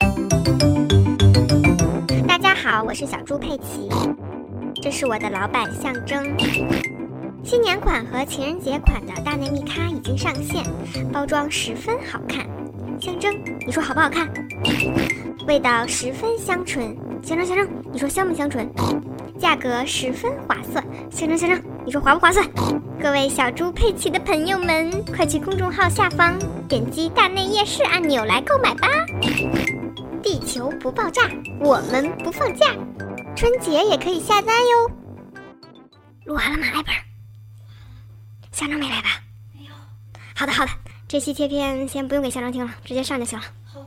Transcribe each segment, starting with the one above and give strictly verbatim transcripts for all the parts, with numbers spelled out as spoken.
大家好，我是小猪佩奇，这是我的老板象征。新年款和情人节款的大内密咖已经上线，包装十分好看。象征，你说好不好看？味道十分香醇。象征，象征，你说香不香醇？价格十分划算。象征，象征，你说划不划算？各位小猪佩奇的朋友们，快去公众号下方点击大内夜市按钮来购买吧。地球不爆炸，我们不放假，春节也可以下单哟。录完了吗，艾本？象征没来吧？没有。好的好的，这期贴片先不用给象征听了，直接上就行了。好。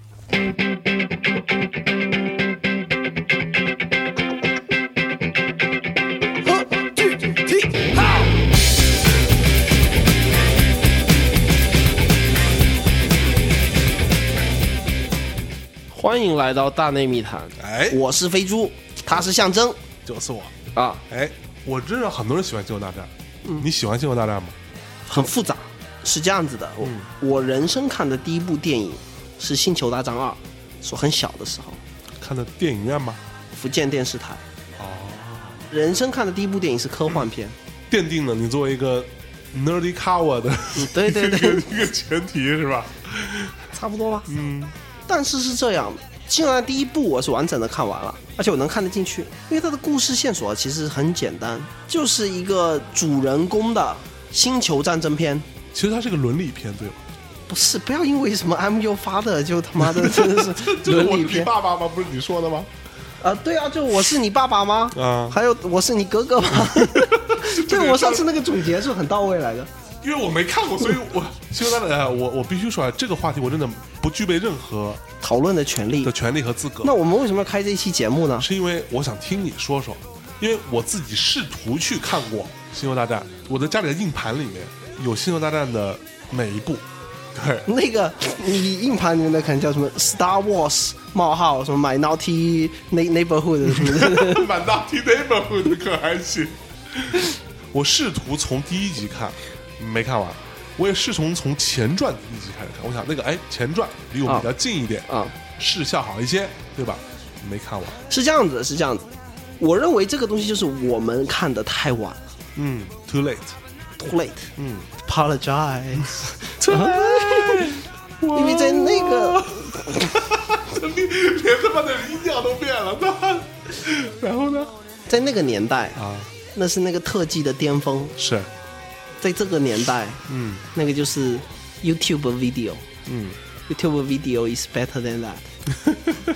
欢迎来到大内密谈， 哎， 我是飞猪，他是象征， 就是我啊。 哎，我知道很多人喜欢星球大战，嗯，你喜欢星球大战吗？ 很复杂，是这样子的，嗯、我, 我人生看的第一部电影是《星球大战二》，是我很小的时候看的电影院吗？ 福建电视台。 哦， 人生看的第一部电影是科幻片， 奠定了你作为一个 nerdy cover 的、 嗯、对对对一个前提是吧？ 差不多吧， 嗯。 但是是这样的，星球大战第一部我是完整的看完了，而且我能看得进去，因为它的故事线索其实很简单，就是一个主人公的星球战争片。 其实它是个伦理片，对吧？ 不是，不要因为什么 I'm your father 就他妈的真的是伦理片。 我是你爸爸吗？不是你说的吗？ 啊、呃，对啊，就我是你爸爸吗？啊，还有我是你哥哥吗？对，我上次那个总结是很到位来的。 因为我没看过，所以我星球大战，我我必须说啊，这个话题我真的不具备任何讨论的权利的权利和资格。 那我们为什么要开这一期节目呢？ 是因为我想听你说说，因为我自己试图去看过星球大战，我的家里的硬盘里面有星球大战的每一部。对， 那个你硬盘里面的可能叫什么 Star Wars 冒号什么 Minority Neighborhood 什么的 ，Minority Neighborhood 可还行。我试图从第一集看。没看完，我也是从从前传第一集开始看。我想那个哎，前传离我们比较近一点啊，视效好一些，对吧？没看完， 是这样子，是这样子。我认为这个东西就是我们看得太晚了。 嗯 ，too late，too late， 嗯 ，apologize，too late，因为在那个， 连他妈的音调都变了，然后呢， 在那个年代啊，那是那个特技的巅峰， 是。 在这个年代， 嗯， 那个就是 YouTube video， 嗯 ，YouTube video is better than that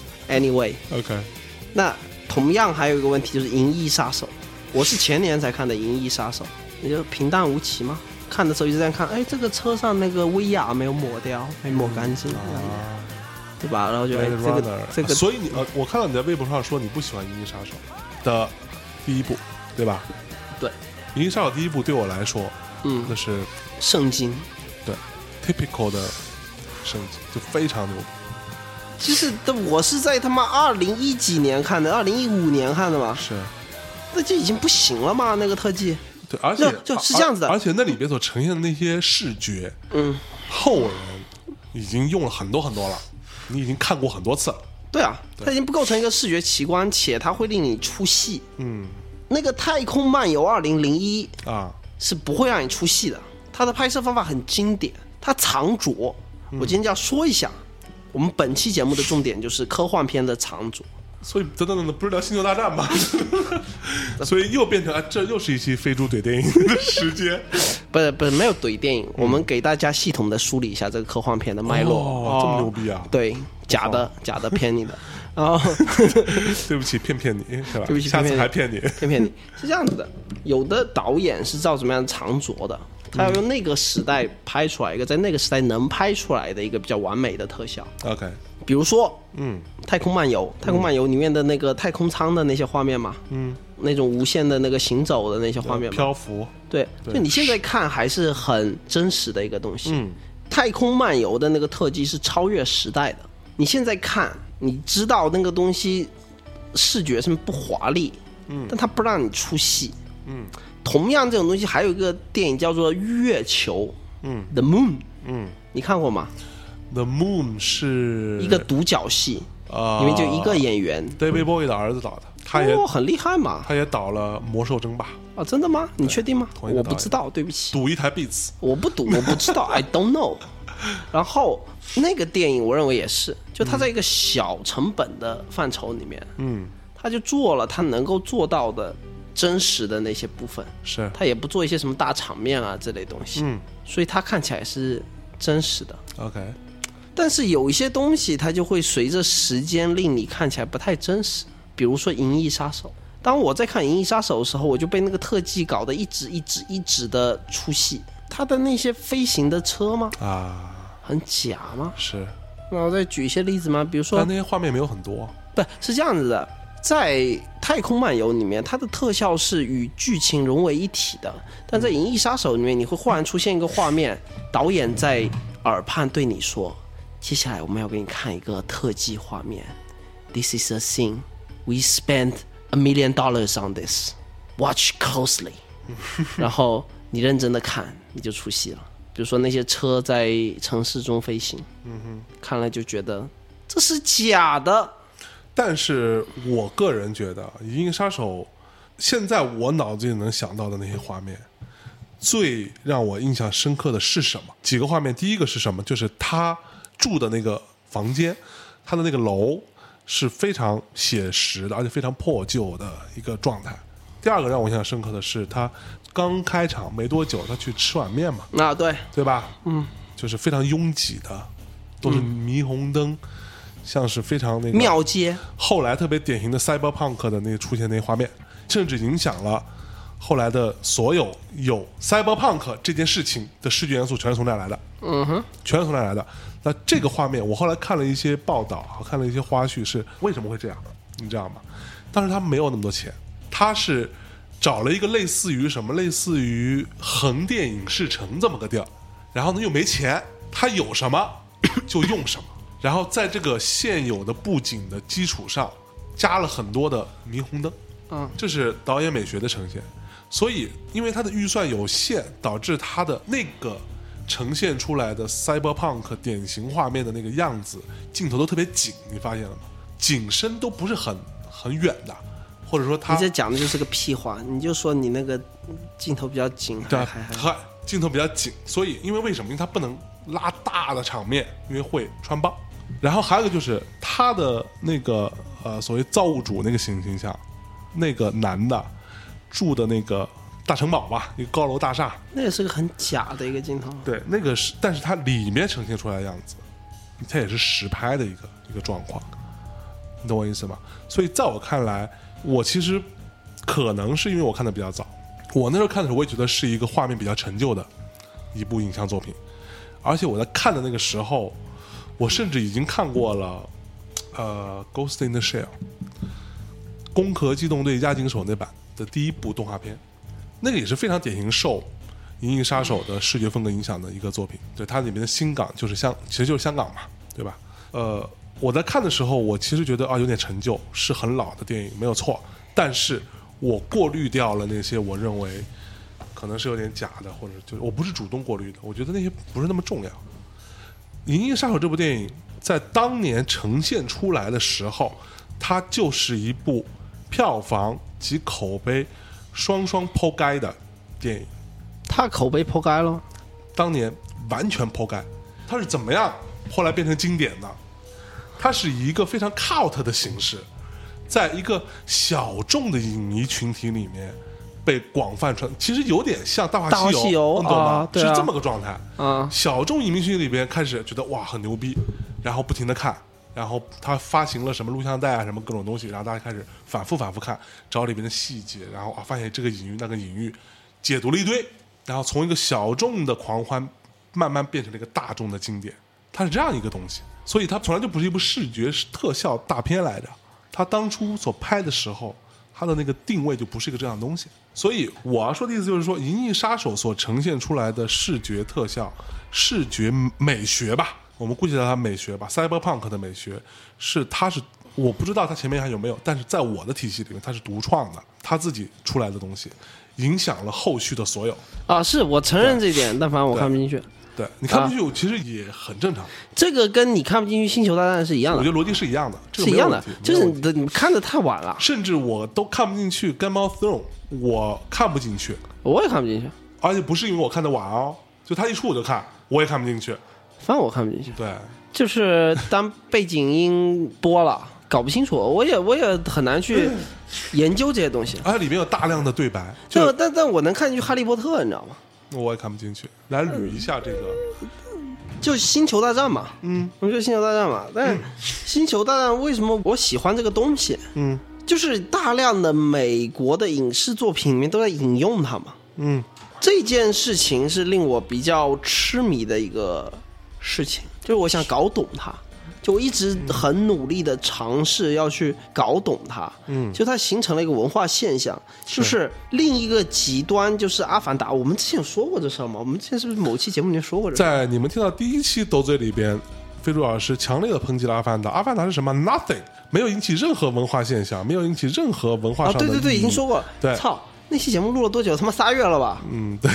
。Anyway，OK， 那同样还有一个问题就是《银翼杀手》，我是前年才看的《银翼杀手》，你就平淡无奇吗？看的时候一直在看，哎，这个车上那个威亚没有抹掉，没抹干净，嗯啊、对吧？然后就哎，这个这个， 所以你呃，我看到你在微博上说你不喜欢《银翼杀手》的第一部，对吧？ 对。 《银翼杀手》第一部对我来说， 嗯， 那是圣经， 对 ，typical 的圣经，就非常牛逼。 其实我是在他妈二零一几年看的，二零一五年看的嘛， 是， 那就已经不行了嘛，那个特技。 对，而且就是这样子的， 而且那里边所呈现的那些视觉， 嗯， 后人已经用了很多很多了，你已经看过很多次了。 对啊，对，它已经不构成一个视觉奇观，且它会令你出戏。 嗯。 那个《太空漫游二零零一》 啊， 是不会让你出戏的。它的拍摄方法很经典，它藏拙。我今天就要说一下，我们本期节目的重点就是科幻片的藏拙。 所以等等等，不是聊星球大战吗？所以又变成啊，这又是一期非猪怼电影的时间。 不是不是，没有怼电影、嗯，我们给大家系统的梳理一下这个科幻片的脉络。 哦，这么牛逼啊！ 对，假的假的骗你的。哦， 对不起，骗骗你是吧？ 对不起， 下次还骗你， 骗骗你是这样子的。有的导演是照怎么样藏拙的，他要用那个时代拍出来一个在那个时代能拍出来的一个比较完美的特效。 OK， 比如说， 嗯， 太空漫游，太空漫游里面的那个太空舱的那些画面嘛， 嗯， 那种无限的那个行走的那些画面嘛， 漂浮， 对，就你现在看还是很真实的一个东西。 嗯， 太空漫游的那个特技是超越时代的，你现在看。你知道那个东西视觉上不华丽，嗯，但它不让你出戏， 嗯。 同样这种东西还有一个电影叫做《月球》， 嗯 ，The Moon， 嗯， 你看过吗？ The Moon 是一个独角戏， 呃， 里面就一个演员 ，David Bowie 的儿子导的，他也、 哦、很厉害嘛， 他也导了《魔兽争霸》 啊，真的吗？你确定吗？我不知道，对不起， 赌一台 Beats， 我不赌，我不知道，I don't know。然后那个电影我认为也是，就他在一个小成本的范畴里面，嗯，他就做了他能够做到的真实的那些部分， 是他也不做一些什么大场面啊这类东西，嗯，所以他看起来是真实的。 OK。 但是有一些东西它就会随着时间令你看起来不太真实，比如说《银翼杀手》。当我在看《银翼杀手》的时候，我就被那个特技搞得一直一直一直的出戏。它的那些飞行的车吗？啊，很假吗？ 是。 那我再举一些例子吗？比如说， 但那些画面没有很多。 不是这样子的，在《太空漫游》里面，它的特效是与剧情融为一体的，但在《银翼杀手》里面，你会忽然出现一个画面，导演在耳畔对你说，接下来我们要给你看一个特技画面 This is a scene We spent a million dollars on this Watch closely 然后你认真的看你就出戏了。比如说那些车在城市中飞行，嗯哼，看了就觉得这是假的。 但是我个人觉得《银翼杀手》现在我脑子里能想到的那些画面，最让我印象深刻的是什么？几个画面。第一个是什么？就是他住的那个房间，他的那个楼是非常写实的，而且非常破旧的一个状态。第二个让我印象深刻的是，他刚开场没多久，他去吃碗面嘛， 啊，对， 对吧？嗯，就是非常拥挤的，都是霓虹灯，嗯、像是非常那个庙街。 后来特别典型的 cyberpunk 的那出现那些画面，甚至影响了后来的所有有 cyberpunk 这件事情的视觉元素，全是从这儿来的。嗯哼，全是从这儿来的。那这个画面，我后来看了一些报道，看了一些花絮，是为什么会这样？你知道吗？当时他没有那么多钱，他是找了一个类似于什么，类似于横店影视城这么个地儿，然后呢又没钱，他有什么就用什么，然后在这个现有的布景的基础上，加了很多的霓虹灯。嗯，这是导演美学的呈现。所以因为他的预算有限，导致他的那个呈现出来的 cyberpunk 典型画面的那个样子，镜头都特别紧，你发现了吗？景深都不是很很远的，或者说他你这讲的就是个屁话，你就说你那个镜头比较紧， 对， 还还还镜头比较紧，所以因为为什么？因为他不能拉大的场面，因为会穿帮。然后还有一个就是他的那个呃所谓造物主那个形形象，那个男的住的那个大城堡吧，一个高楼大厦， 那也是个很假的一个镜头。 对，那个是，但是它里面呈现出来的样子，它也是实拍的一个一个状况，你懂我意思吗？所以在我看来，我其实可能是因为我看的比较早，我那时候看的时候，我也觉得是一个画面比较陈旧的一部影像作品，而且我在看的那个时候，我甚至已经看过了呃《Ghost in the Shell》攻壳机动队押井守那版的第一部动画片，那个也是非常典型受《银翼杀手》的视觉风格影响的一个作品。对，它里面的新港就是香，其实就是香港嘛，对吧？呃，我在看的时候，我其实觉得啊有点陈旧，是很老的电影，没有错。但是我过滤掉了那些我认为可能是有点假的，或者就是我不是主动过滤的，我觉得那些不是那么重要。《银翼杀手》这部电影在当年呈现出来的时候，它就是一部票房及口碑双双抛开的电影。 他口碑抛开了， 当年完全抛开。他是怎么样后来变成经典的？他是以一个非常 cult 的形式，在一个小众的影迷群体里面被广泛传，其实有点像《大话西游》， 西游你懂吗？ 啊对啊， 是这么个状态。 啊， 小众影迷群体里边开始觉得哇很牛逼，然后不停的看。然后他发行了什么录像带啊，什么各种东西，然后大家开始反复反复看，找里面的细节，然后啊发现这个隐喻那个隐喻，解读了一堆，然后从一个小众的狂欢慢慢变成了一个大众的经典，它是这样一个东西。所以它从来就不是一部视觉特效大片来着，它当初所拍的时候，它的那个定位就不是一个这样的东西。所以我要说的意思就是说，《银翼杀手》所呈现出来的视觉特效、视觉美学吧。我们估计到它美学吧 ，cyberpunk 的美学是，它是我不知道它前面还有没有，但是在我的体系里面，它是独创的，它自己出来的东西，影响了后续的所有。 啊，是我承认这一点，但反正我看不进去。 对，你看不进去、啊、其实也很正常。 这个跟你看不进去星球大战是一样的， 我觉得逻辑是一样的，这个、是一样的，就是你的你看的太晚了。 甚至我都看不进去 Game of Thrones， 我看不进去， 我也看不进去， 而且不是因为我看的晚哦，就他一出我就看，我也看不进去， 反正我看不进去。 对， 就是当背景音播了，搞不清楚，我也我也很难去研究这些东西。 而且里面有大量的对白， 就但但我能看进去《哈利波特》，你知道吗？ 我也看不进去。来捋一下这个， 就星球大战嘛，嗯，我觉得星球大战嘛，但是星球大战为什么我喜欢这个东西？嗯，就是大量的美国的影视作品里面都在引用它嘛，嗯，这件事情是令我比较痴迷的一个事情，就是我想搞懂它。就我一直很努力的尝试要去搞懂它，嗯，就它形成了一个文化现象，就是另一个极端就是阿凡达。我们之前有说过这事吗？我们之前是不是某期节目里面说过这事？ 在你们听到第一期斗嘴里边，飞猪老师强烈的抨击了阿凡达。阿凡达是什么 ？Nothing， 没有引起任何文化现象，没有引起任何文化上的、 哦。对对对，已经说过。 对， 操，那期节目录了多久？他妈仨月了吧？ 嗯，对。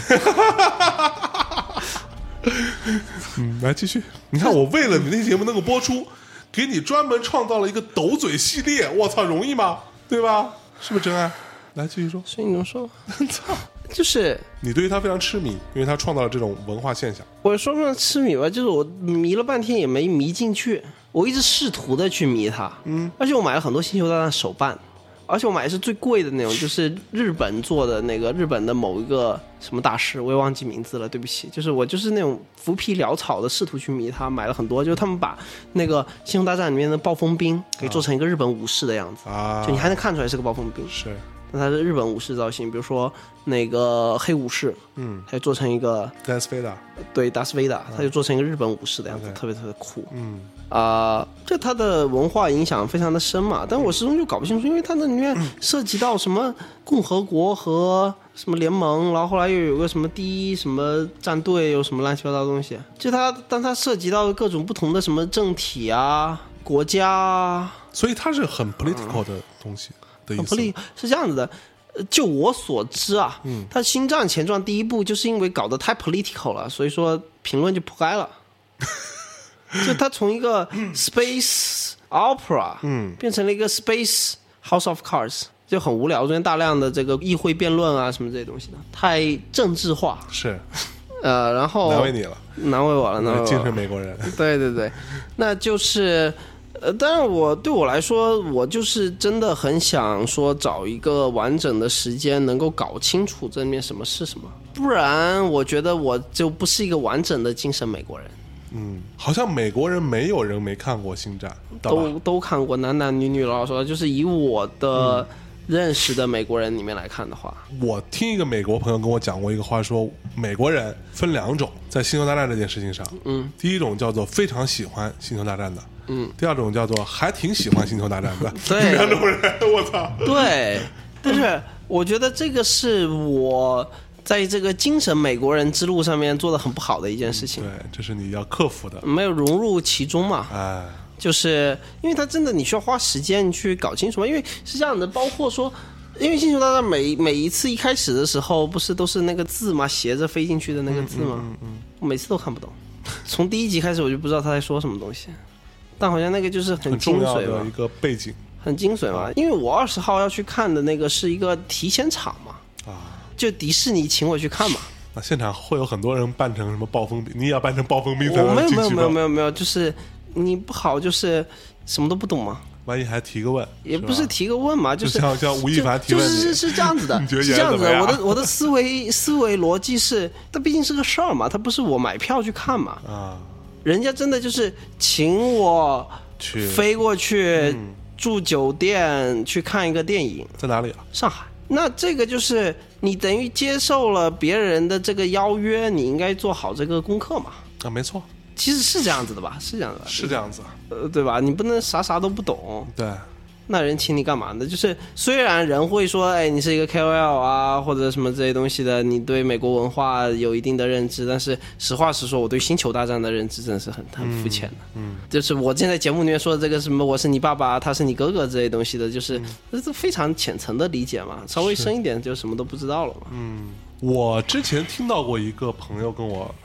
嗯，来继续。你看，我为了你那期节目能够播出，给你专门创造了一个斗嘴系列。我操，容易吗？对吧？是不是真爱？来继续说。 所以你能说？ 操， 就是你对于他非常痴迷，因为他创造了这种文化现象。 我说不上痴迷吧，就是我迷了半天也没迷进去。我一直试图的去迷它，嗯，而且我买了很多星球大战手办。而且我买的是最贵的那种，就是日本做的那个日本的某一个什么大师，我也忘记名字了，对不起。就是我就是那种浮皮潦草的试图去迷他，买了很多。就是他们把那个《星球大战》里面的暴风兵给做成一个日本武士的样子，啊、就你还能看出来是个暴风兵。 是， 但他是日本武士造型，比如说那个黑武士，嗯，他就做成一个达斯维达， 对，达斯维达，他就做成一个日本武士的样子， okay. 特别特别酷， 嗯。 啊、呃，这它的文化影响非常的深嘛，但我始终就搞不清楚，因为它那里面涉及到什么共和国和什么联盟，然后后来又有个什么第一什么战队，有什么乱七八糟的东西，就它，但它涉及到各种不同的什么政体啊、国家啊， 所以它是很 political 的东西的意思。 political 是这样子的。就我所知啊，嗯，它《星战前传》第一部就是因为搞得太 political 了，所以说评论就扑街了。就它从一个 space opera 嗯变成了一个 space house of cards， 就很无聊，中间大量的这个议会辩论啊什么这些东西的，太政治化。 是， 呃，然后难为你了， 难为我了，难为我了， 精神美国人。 对对对，那就是呃，当然我对我来说，我就是真的很想说找一个完整的时间，能够搞清楚这里面什么是什么，不然我觉得我就不是一个完整的精神美国人。 嗯，好像美国人没有人没看过《星战》， 都都看过，男男女女老说，就是以我的认识的美国人里面来看的话， 嗯、我听一个美国朋友跟我讲过一个话说，美国人分两种，在《星球大战》这件事情上，嗯，第一种叫做非常喜欢《星球大战》的，嗯，第二种叫做还挺喜欢《星球大战》的， 对， 两种人，我操， 对，但是我觉得这个是我在这个精神美国人之路上面做的很不好的一件事情。 对，这是你要克服的， 没有融入其中嘛。 哎， 就是因为它真的你需要花时间去搞清楚嘛。因为是这样的，包括说，因为星球大战每每一次一开始的时候，不是都是那个字嘛，斜着飞进去的那个字嘛，嗯嗯嗯嗯、我每次都看不懂。从第一集开始我就不知道他在说什么东西，但好像那个就是很精髓很重要的一个背景， 很精髓嘛。因为我二十号要去看的那个是一个提前场嘛。啊。就迪士尼请我去看嘛， 那现场会有很多人扮成什么暴风兵，你也要扮成暴风兵才能进去吗？ 我没有没有没有没有没有，就是你不好就是什么都不懂嘛， 万一还提个问， 也不是提个问嘛，就是就像像吴亦凡提问你， 就是是这样子的， 你觉得是这样子的。我的我的思维思维逻辑是，它毕竟是个事儿嘛，它不是我买票去看嘛，啊，人家真的就是请我去飞过去、嗯、住酒店去看一个电影， 在哪里啊？ 上海。那这个就是你等于接受了别人的这个邀约，你应该做好这个功课嘛。 啊，没错， 其实是这样子的吧？是这样子的， 是这样子， 呃，对吧？你不能啥啥都不懂。 对。 那人请你干嘛呢？就是虽然人会说，哎，你是一个 K O L 啊，或者什么这些东西的，你对美国文化有一定的认知，但是实话实说，我对星球大战的认知真的是很很肤浅的。嗯，就是我现在节目里面说的这个什么，我是你爸爸，他是你哥哥这些东西的，就是这是非常浅层的理解嘛，稍微深一点就什么都不知道了嘛。 嗯，我之前听到过一个朋友跟我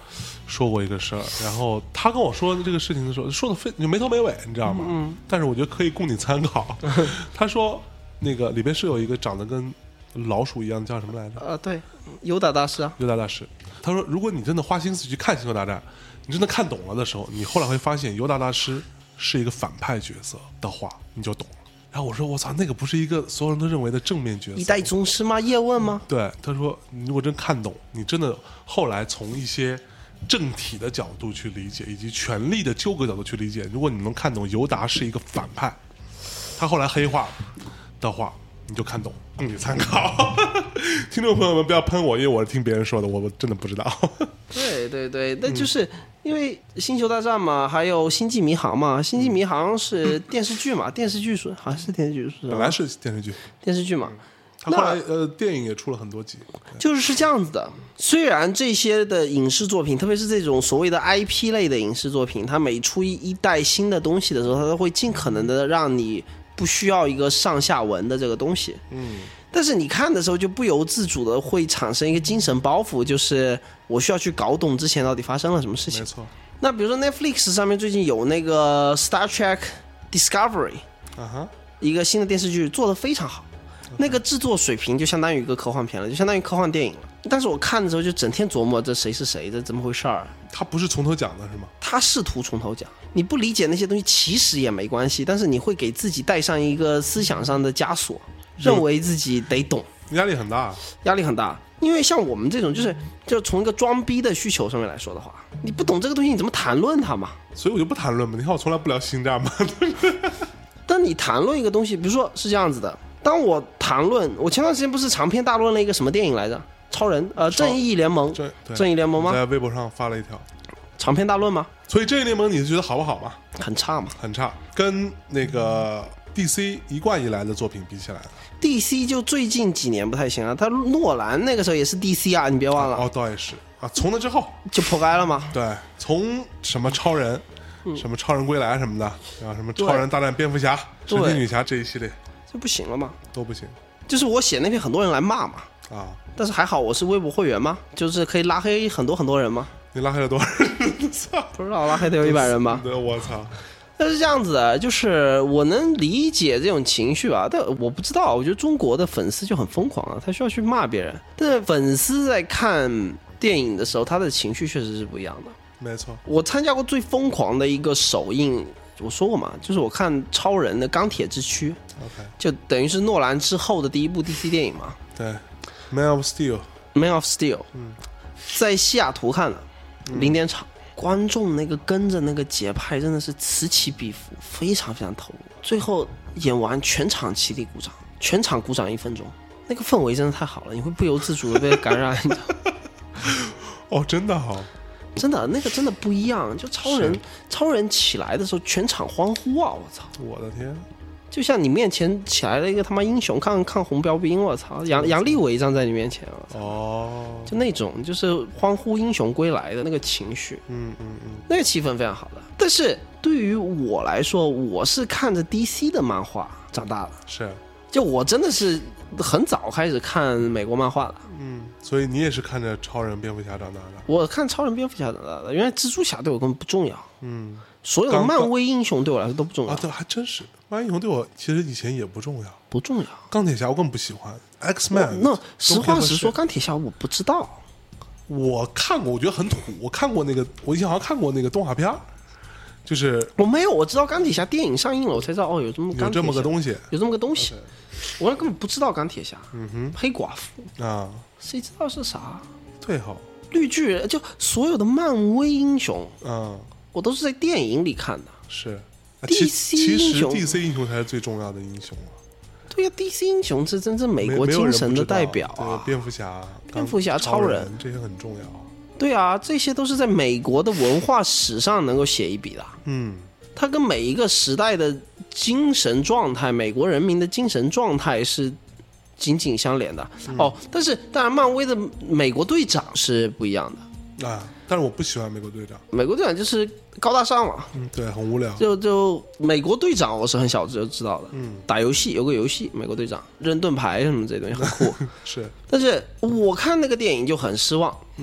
说过一个事儿，然后他跟我说这个事情的时候，说的非就没头没尾，你知道吗？嗯。但是我觉得可以供你参考。他说，那个里边是有一个长得跟老鼠一样，叫什么来着？ 呃，对，尤达大师啊。 尤达大师，他说，如果你真的花心思去看《星球大战》，你真的看懂了的时候，你后来会发现尤达大师是一个反派角色的话，你就懂了。然后我说我操，那个不是一个所有人都认为的正面角色， 一代宗师吗？叶问吗？ 对，他说你如果真看懂，你真的后来从一些正体的角度去理解，以及权力的纠葛角度去理解，如果你能看懂尤达是一个反派，他后来黑化的话，你就看懂，供你参考。听众朋友们不要喷我，因为我是听别人说的，我我真的不知道。 对对对，那就是因为星球大战嘛，还有星际迷航嘛，星际迷航是电视剧嘛，电视剧是好像是电视剧， 本来是电视剧， 电视剧嘛。 他后来呃电影也出了很多集， 就是是这样子的。虽然这些的影视作品，特别是这种所谓的 I P 类的影视作品，它每出一一代新的东西的时候，它都会尽可能的让你不需要一个上下文的这个东西。嗯。但是你看的时候就不由自主的会产生一个精神包袱，就是我需要去搞懂之前到底发生了什么事情。 没错。 那比如说 Netflix 上面最近有那个 Star Trek Discovery， uh-huh. 一个新的电视剧做得非常好， okay. 那个制作水平就相当于一个科幻片了，就相当于科幻电影了。但是我看的时候就整天琢磨这谁是谁，这怎么回事儿？ 他不是从头讲的是吗？ 他试图从头讲，你不理解那些东西其实也没关系，但是你会给自己带上一个思想上的枷锁，认为自己得懂， 压力很大， 压力很大。因为像我们这种就是就从一个装逼的需求上面来说的话，你不懂这个东西你怎么谈论它嘛？ 所以我就不谈论嘛。你看我从来不聊星战嘛。 当你谈论一个东西，比如说是这样子的，当我谈论，我前段时间不是长篇大论了一个什么电影来着？超人，呃，正义联盟，正义联盟吗？ 在微博上发了一条长篇大论吗？ 所以正义联盟你觉得好不好嘛？ 很差嘛， 很差，跟那个 D C 一贯以来的作品比起来 ，D C 就最近几年不太行啊。他诺兰那个时候也是 D C 啊，你别忘了。 哦，倒也是啊，从那之后就破开了吗？ 对，从什么超人，嗯、什么超人归来什么的，然后什么超人大战蝙蝠侠、神奇女侠这一系列就不行了嘛， 都不行。 就是我写那篇，很多人来骂嘛。 啊！ 但是还好我是微博会员嘛，就是可以拉黑很多很多人嘛。 你拉黑了多少人？ 不知道，拉黑得有一百人吧。 对，我操！ 但是这样子的，就是我能理解这种情绪吧，但我不知道，我觉得中国的粉丝就很疯狂啊，他需要去骂别人。但是粉丝在看电影的时候，他的情绪确实是不一样的。 没错， 我参加过最疯狂的一个首映，我说过嘛，就是我看超人的《钢铁之躯》 ，OK， 就等于是诺兰之后的第一部 D C 电影嘛。 对。Man of Steel， Man of Steel， 嗯， 在西雅图看的零点场，嗯，观众那个跟着那个节拍真的是此起彼伏，非常非常投入。最后演完全场起立鼓掌，全场鼓掌一分钟，那个氛围真的太好了，你会不由自主的被感染。 哦，真的好， 真的那个真的不一样。就超人，超人起来的时候，全场欢呼啊！我操， 我的天！ 就像你面前起来了一个他妈英雄，抗抗红标兵，我操，杨杨利伟站在你面前， 哦， 就那种就是欢呼英雄归来的那个情绪， 嗯嗯嗯， 那个气氛非常好的。但是对于我来说，我是看着 D C 的漫画长大的， 是， 就我真的是很早开始看美国漫画的， 嗯，所以你也是看着超人、蝙蝠侠长大的。 我看超人、蝙蝠侠长大的，原来蜘蛛侠对我根本不重要， 嗯。 所有的漫威英雄对我来说都不重要啊，对，还真是漫威英雄对我其实以前也不重要， 不重要。 钢铁侠我更不喜欢 ，X Man。 那实话实说，钢铁侠我不知道， 我看过，我觉得很土。我看过那个，我以前好像看过那个动画片，就是我没有，我知道钢铁侠电影上映了，我才知道哦，有这么有这么个东西， 有这么个东西。Okay. 我根本不知道钢铁侠， 嗯哼， 黑寡妇啊， 谁知道是啥？ 对哈， 绿巨人，就所有的漫威英雄， 嗯。 我都是在电影里看的， 是 D C 英雄， 其实 D C 英雄才是最重要的英雄啊。 对呀、啊、，D C 英雄是真正美国精神的代表啊， 蝙蝠侠、 蝙蝠侠、超人这些很重要。 对啊，这些都是在美国的文化史上能够写一笔的。 嗯， 它跟每一个时代的精神状态，美国人民的精神状态是紧紧相连的。嗯、哦，但是当然，漫威的美国队长是不一样的啊。但是我不喜欢美国队长， 美国队长就是高大上嘛， 嗯，对，很无聊。 就就美国队长，我是很小就知道的， 嗯， 打游戏有个游戏，美国队长扔盾牌什么这些东西很酷， 是。 但是我看那个电影就很失望， 嗯，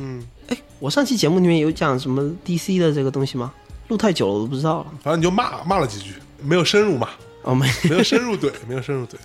哎，我上期节目里面有讲什么 D C 的这个东西吗？录太久了我都不知道了。 反正你就骂骂了几句，没有深入嘛。 哦，没没有深入怼，没有深入怼。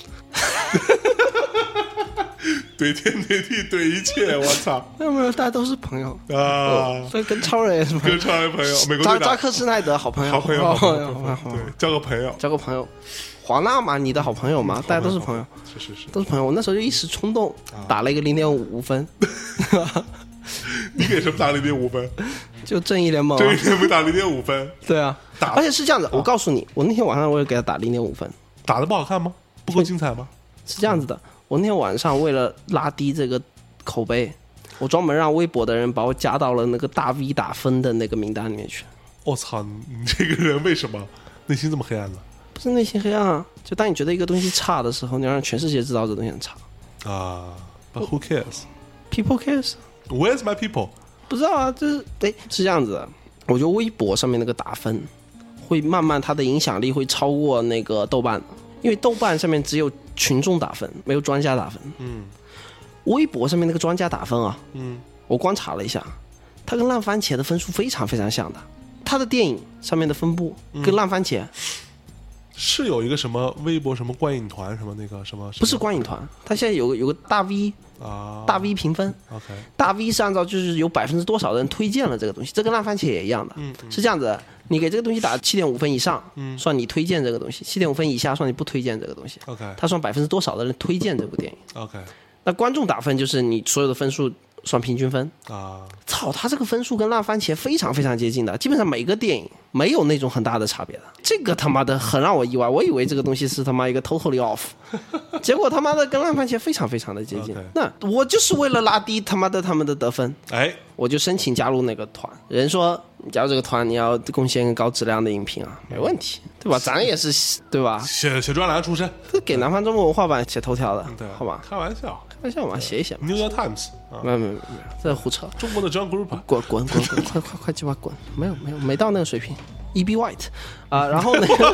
怼天怼地怼一切，我操！ 没有没有，大家都是朋友啊， 所以跟超人也是跟超人朋友，美国扎扎克施奈德好朋友， 好朋友， 好朋友，好朋友， 对，交个朋友， 交个朋友。华纳嘛，你的好朋友嘛，大家都是朋友， 是是是， 都是朋友。我那时候就一时冲动，打了一个零点五分。 你给什么打零点五分？ 就正义联盟， 正义联盟打零点五分。 对啊，而且是这样子，我告诉你，我那天晚上我也给他打零点五分。 打得不好看吗？不够精彩吗？ 是这样子的，我那天晚上为了拉低这个口碑，我专门让微博的人把我加到了那个大 V 打分的那个名单里面去。 我操，你这个人为什么内心这么黑暗呢？ 不是内心黑暗啊，就当你觉得一个东西差的时候，你要让全世界知道这东西很差啊。But who cares? People cares. Where's my people? 不知道啊，就是对，是这样子的。我觉得微博上面那个打分会慢慢它的影响力会超过那个豆瓣，因为豆瓣上面只有群众打分，没有专家打分。 嗯， 微博上面那个专家打分啊， 嗯， 我观察了一下，它跟烂番茄的分数非常非常像的。它的电影上面的分布跟烂番茄、嗯、 是有一个什么微博什么观影团什么那个什么， 不是观影团，它现在有个有个大 V 啊， 大 V 评分 ，OK， 大 V 是按照就是有百分之多少的人推荐了这个东西，这跟烂番茄也一样的， 嗯嗯、 是这样子的，你给这个东西打七点五分以上， 嗯， 算你推荐这个东西；七点五分以下算你不推荐这个东西。 OK， 它算百分之多少的人推荐这部电影。 OK， 那观众打分就是你所有的分数算平均分啊。 操，它这个分数跟烂番茄非常非常接近的，基本上每个电影没有那种很大的差别的。这个他妈的很让我意外，我以为这个东西是他妈一个 totally off， 结果他妈的跟烂番茄非常非常的接近。Okay. 那我就是为了拉低他妈的他们的得分， 哎， 我就申请加入那个团。人说你加入这个团，你要贡献高质量的影评啊，没问题，对吧？咱也是对吧？ 写写专栏出身， 这给南方周末文化版写头条的，对，好吧？ 开玩笑， 开玩笑嘛，写一写嘛。 New York Times， 没有没有没有，这胡扯。 中国的 John Group， 滚滚滚滚，快快快鸡巴滚！没有没有，没到那个水平。E B White 啊，然后那个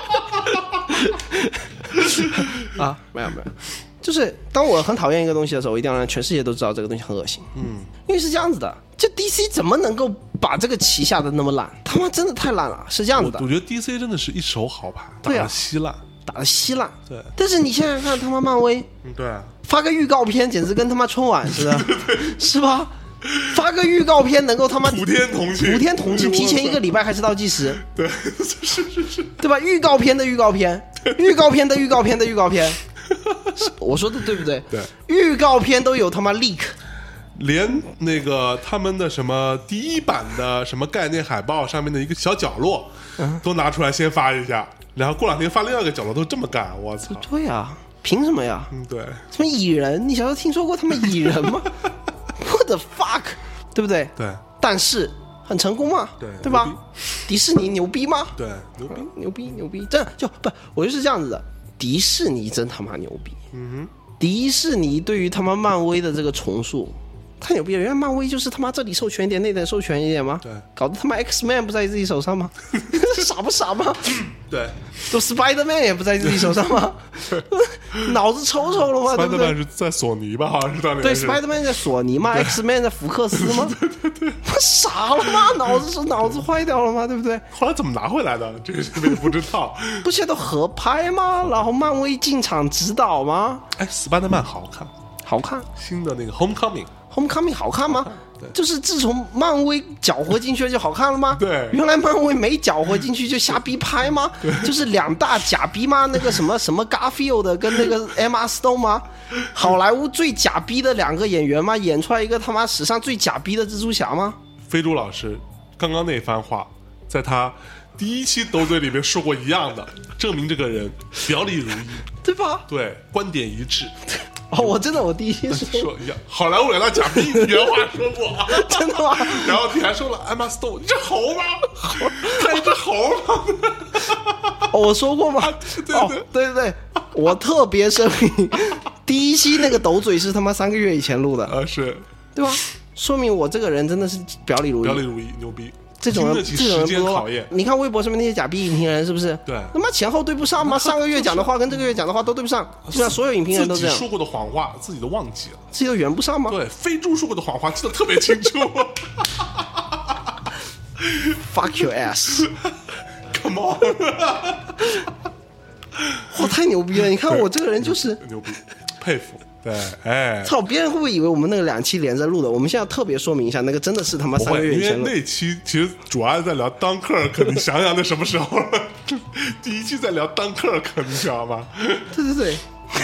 啊，没有没有，就是当我很讨厌一个东西的时候，我一定要让全世界都知道这个东西很恶心。 嗯， 因为是这样子的，就 D C 怎么能够把这个棋下的那么烂？他妈真的太烂了，是这样子的。 我, 我觉得 D C 真的是一手好牌，打得稀烂， 打得稀烂。 对， 但是你现在看他妈漫威， 嗯，对， 发个预告片简直跟他妈春晚似的，是吧？发个预告片能够他妈普天同庆， 普天同庆，提前一个礼拜开始倒计时， 对，是是是， 对吧？预告片的预告片，预告片的预告片的预告片，我说的对不对？ 对， 预告片都有他妈 leak， 连那个他们的什么第一版的什么概念海报上面的一个小角落，嗯，都拿出来先发一下，然后过两天发另外一个角落，都这么干，我操！ 对啊，凭什么呀？ 嗯，对， 什么蚁人？你小时候听说过他们蚁人吗？What the fuck， 对不对？ 对， 但是很成功嘛， 对对吧？迪士尼牛逼吗？ 对，牛逼， 牛逼，牛逼！真的就不，我就是这样子的。迪士尼真他妈牛逼， 嗯哼， 迪士尼对于他妈漫威的这个重塑太牛逼了。原来漫威就是他妈这里授权一点，那点授权一点吗？ 对， 搞得他妈 X-Men 不在自己手上吗？傻不傻吗？ 对， 都 Spider-Man 也不在自己手上吗？脑子抽抽了吗？对不对？ Spider-Man 是在索尼吧？好像是当年。 对 ，Spider-Man 在索尼吗 ？X-Men 在福克斯吗？对对对，他傻了吗？脑子是脑子坏掉了吗？对不对？ 后来怎么拿回来的？这个我也不知道。 不现在都合拍吗？然后漫威进场指导吗？ 哎 ，Spider-Man 好看， 好看。 新的那个 Homecoming。Homecoming 好看吗？就是自从漫威搅和进去就好看了吗？ 对， 原来漫威没搅和进去就瞎逼拍吗？就是两大假逼吗？那个什么什么 Garfield 跟那个 Emma Stone 吗？好莱坞最假逼的两个演员吗？演出来一个他妈史上最假逼的蜘蛛侠吗？ 飞猪老师刚刚那番话，在他第一期斗嘴里面说过一样的，证明这个人表里如一， 对吧？ 对，观点一致。 哦，我真的，我第一期说一样，好莱坞两大假逼，原话说过， 真的吗？ 然后你还说了 Emma Stone， 你这猴吗？他一只猴吗？ 哦，我说过吗？ 对对哦，对对对，我特别声明，第一期那个斗嘴是他妈三个月以前录的， 啊，是， 对吧？说明我这个人真的是表里如一， 表里如一，牛逼。 这种人这种人多， 你看微博上面那些假币影评人是不是？ 对， 他妈前后对不上吗？上个月讲的话跟这个月讲的话都对不上，就像所有影评人都这样。 自己说过的谎话自己都忘记了， 自己都圆不上吗？ 对，飞猪说过的谎话记得特别清楚。 Fuck your ass Come on 哇太牛逼了，你看我这个人就是牛逼，佩服。对，哎， 操！别人会不会以为我们那个两期连着录的？我们现在要特别说明一下，那个真的是他妈三个月以前录。因为那期其实主要在聊 Dunkirk， 你想想那什么时候了？第一期在聊 Dunkirk， 你知道吗？ 对对对。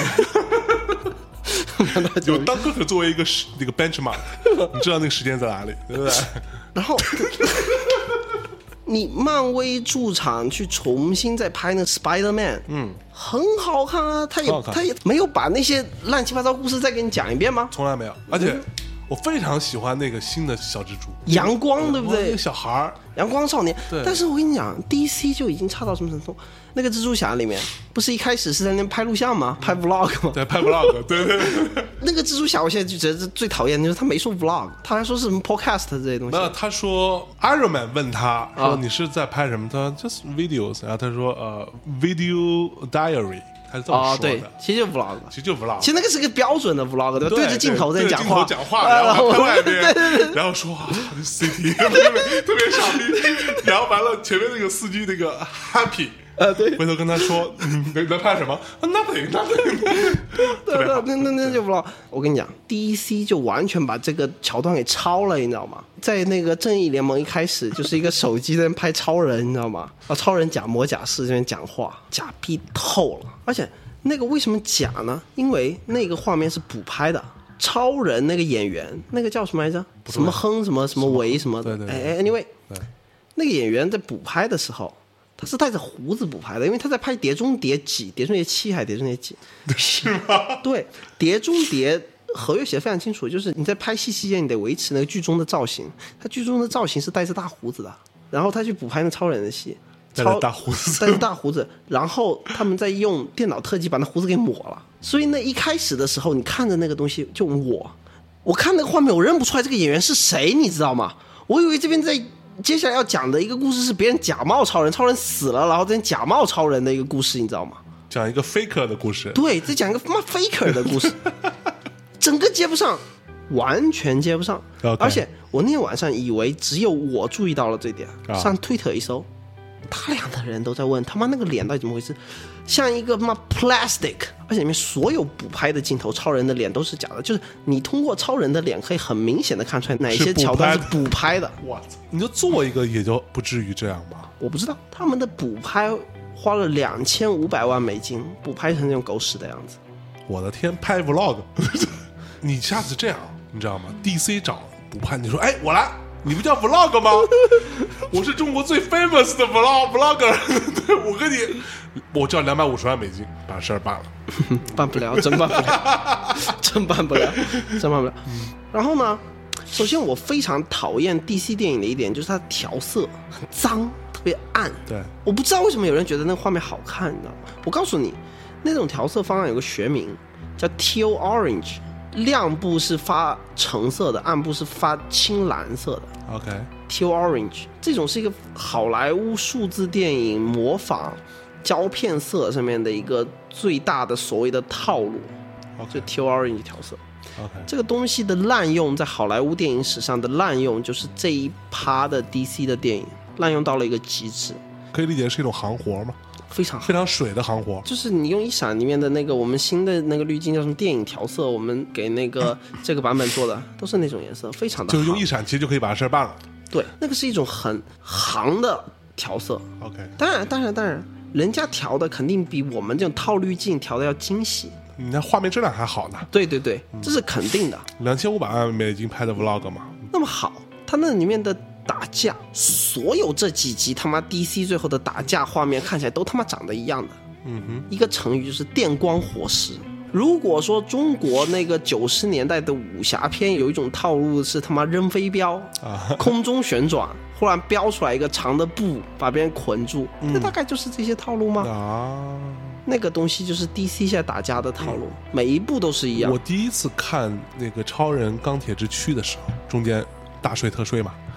有 Dunkirk 作为一个那个 benchmark， 你知道那个时间在哪里，对不对？ 然后。你漫威驻场去重新再拍那个 Spider-Man， 嗯，很好看啊，他也他也没有把那些乱七八糟故事再给你讲一遍吗？ 从来没有，而且我非常喜欢那个新的小蜘蛛， 阳光，对不对？ 那个小孩阳光少年。 对。 但是我跟你讲 ，D C 就已经差到什么程度？那个蜘蛛侠里面不是一开始是在那边拍录像吗？拍 vlog 吗？ 对，拍 vlog， 对对对。 那个蜘蛛侠，我现在就觉得最讨厌的就是他没说 vlog， 他还说是什么 podcast 这些东西。 没有，他说 Iron Man 问他说你是在拍什么？他说 just videos， 然后他说呃 video diary。他是这么说的，哦，对， 其实就 vlog， 其实就 vlog， 其实那个是个标准的 vlog， 对吧？对着镜头在讲话， 讲话，然后拍外边，然后说啊 ，C T 特别特别傻逼，然后完了前面那个司机那个 happy， 呃，对， 回头跟他说，嗯，能能拍什么 ？Nothing nothing， 对对，那那那就 vlog。我跟你讲 ，D C 就完全把这个桥段给抄了，你知道吗？在那个正义联盟一开始就是一个手机在那拍超人，你知道吗？啊，超人假模假式这边讲话，假逼透了。而且那个为什么假呢？因为那个画面是补拍的。超人那个演员，那个叫什么来着？什么亨什么什么维什么的。 对对对。 哎 ，anyway， 那个演员在补拍的时候，他是带着胡子补拍的，因为他在拍《碟中谍几》，《碟中谍七》还是《碟中谍几》？ 是吗？ 对，《碟中谍》合约写得非常清楚，就是你在拍戏期间，你得维持那个剧中的造型。他剧中的造型是带着大胡子的，然后他去补拍那超人的戏。 带着大胡子， 带着大胡子，然后他们在用电脑特技把那胡子给抹了。所以那一开始的时候，你看着那个东西，就我，我看那个画面，我认不出来这个演员是谁，你知道吗？我以为这边在接下来要讲的一个故事是别人假冒超人，超人死了，然后这边假冒超人的一个故事，你知道吗？ 讲一个 faker 的故事。 对，这讲一个他妈 faker 的故事，整个接不上。完全接不上。 Okay. 而且我那天晚上以为只有我注意到了这点，上推特一搜，大量的人都在问他妈那个脸到底怎么回事，像一个他妈 plastic， 而且里面所有补拍的镜头，超人的脸都是假的，就是你通过超人的脸可以很明显的看出来哪些桥段是补拍的。 哇，你就做一个也就不至于这样吧？ 我不知道他们的补拍花了两千五百万美金补拍成那种狗屎的样子。 我的天，拍 vlog， 你下次这样。你知道吗 ？D C 找补拍，你说，哎，我来，你不叫 vlog 吗？我是中国最 famous 的 vlog vlogger， 对，我跟你，我叫两百五十万美金把事儿办了， 办不了，真办不了，真办不了，真办不了。然后呢，首先我非常讨厌 D C 电影的一点就是它的调色很脏，特别暗。 对， 我不知道为什么有人觉得那个画面好看，你知道吗？我告诉你，那种调色方案有个学名叫 teal orange。亮部是发橙色的，暗部是发青蓝色的。 OK，teal orange 这种是一个好莱坞数字电影模仿胶片色上面的一个最大的所谓的套路。 Okay. 就 teal orange 调色。 OK， 这个东西的滥用在好莱坞电影史上的滥用，就是这一趴的 D C 的电影滥用到了一个极致。 可以理解是一种行活吗？ 非常非常水的行活， 就是你用一闪里面的那个我们新的那个滤镜叫什么电影调色，我们给那个这个版本做的都是那种颜色，非常的就是用一闪其实就可以把事办了。 对，那个是一种很行的调色。 OK， 当然当然当然人家调的肯定比我们这种套滤镜调的要精细， 你那画面质量还好呢。 对对对，这是肯定的。 两千五百万美金拍的 vlog 嘛， 那么好，它那里面的打架，所有这几集他妈 D C 最后的打架画面看起来都他妈长得一样的。 嗯哼， 一个成语就是电光火石。如果说中国那个九十年代的武侠片有一种套路是他妈扔飞镖啊，空中旋转，忽然飙出来一个长的布把别人捆住，那、嗯、大概就是这些套路吗？啊，那个东西就是 D C 现在打架的套路，嗯、每一部都是一样。 我第一次看那个超人钢铁之躯的时候，中间大睡特睡嘛。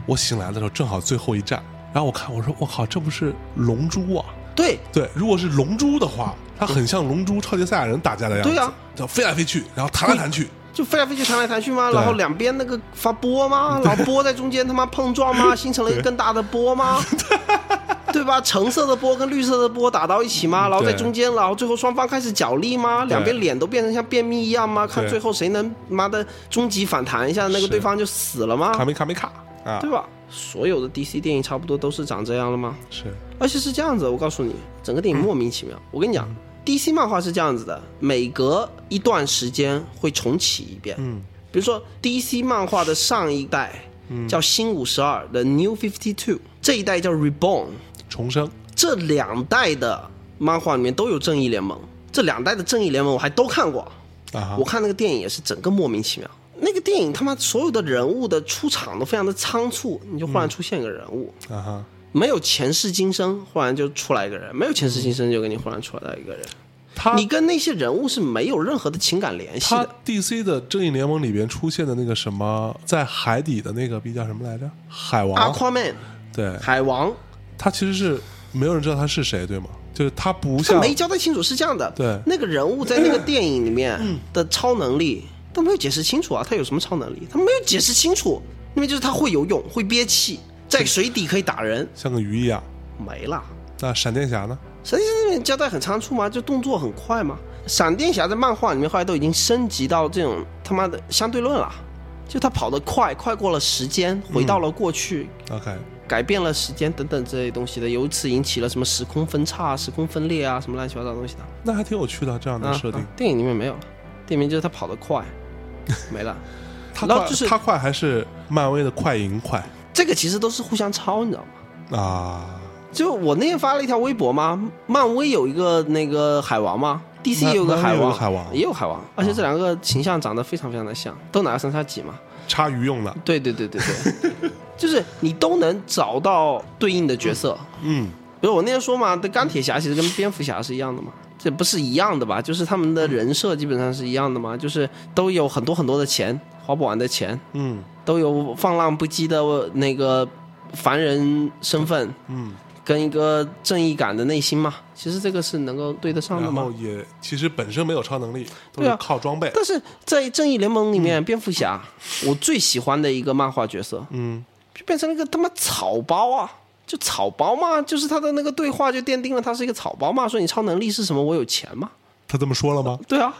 我醒来的时候正好最后一站，然后我看我说我靠，这不是龙珠啊？ 对对，如果是龙珠的话，它很像龙珠超级赛亚人打架的样子， 对啊， 就飞来飞去，然后弹来弹去， 就飞来飞去弹来弹去吗？然后两边那个发波吗？然后波在中间他妈碰撞吗？形成了一个更大的波吗？对吧？橙色的波跟绿色的波打到一起吗？然后在中间，然后最后双方开始角力吗？两边脸都变成像便秘一样吗？看最后谁能妈的终极反弹一下，那个对方就死了吗？ 卡没卡没卡啊， 对吧？所有的 D C 电影差不多都是长这样了吗？ 是， 而且是这样子，我告诉你，整个电影莫名其妙。嗯、我跟你讲、嗯、，D C 漫画是这样子的，每隔一段时间会重启一遍。嗯，比如说 D C 漫画的上一代、嗯、叫新五十二的 New fifty-two， 这一代叫 Reborn 重生。 这两代的漫画里面都有正义联盟，这两代的正义联盟我还都看过。啊、我看那个电影也是整个莫名其妙。那个电影他妈所有的人物的出场都非常的仓促，你就忽然出现一个人物、嗯啊、没有前世今生忽然就出来一个人，没有前世今生就给你忽然出来一个人，他你跟那些人物是没有任何的情感联系的。他 D C 的正义联盟里边出现的那个什么在海底的那个逼叫什么来着？海王 Aquaman， 对， 海王， 他其实是没有人知道他是谁，对吗？就是他不像， 他没交代清楚，是这样的， 对， 那个人物在那个电影里面的超能力都没有解释清楚啊，他有什么超能力？他没有解释清楚，因为就是他会游泳，会憋气，在水底可以打人， 像个鱼一样。 没了。 那闪电侠呢？ 闪电侠那边交代很仓促嘛，就动作很快嘛。闪电侠在漫画里面后来都已经升级到这种他妈的相对论了，就他跑得快，快过了时间，回到了过去、 嗯、OK， 改变了时间等等之类的东西的，由此引起了什么时空分叉、时空分裂啊，什么乱七八糟的东西的。 那还挺有趣的这样的设定、啊啊。电影里面没有，电影里面就是他跑得快。没了， 他快，就是他快还是漫威的快赢快？ 这个其实都是互相抄，你知道吗？ 啊， 就我那天发了一条微博嘛，漫威有一个那个海王嘛 ，D C 也有个海王， 海王也有海王，而且这两个形象长得非常非常的像，都拿个三叉戟嘛， 插鱼用的。 对对对对对，就是你都能找到对应的角色。嗯，比如我那天说嘛，钢铁侠其实跟蝙蝠侠是一样的嘛。这不是一样的吧？就是他们的人设基本上是一样的嘛，就是都有很多很多的钱，花不完的钱，嗯，都有放浪不羁的那个凡人身份，嗯，跟一个正义感的内心嘛。其实这个是能够对得上的嘛。 然后也其实本身没有超能力，都是靠装备。 啊、但是在正义联盟里面，嗯、蝙蝠侠我最喜欢的一个漫画角色，嗯，就变成了一个他妈草包啊！就草包嘛，就是他的那个对话就奠定了他是一个草包嘛，说你超能力是什么？我有钱嘛。 他这么说了吗？ 对啊。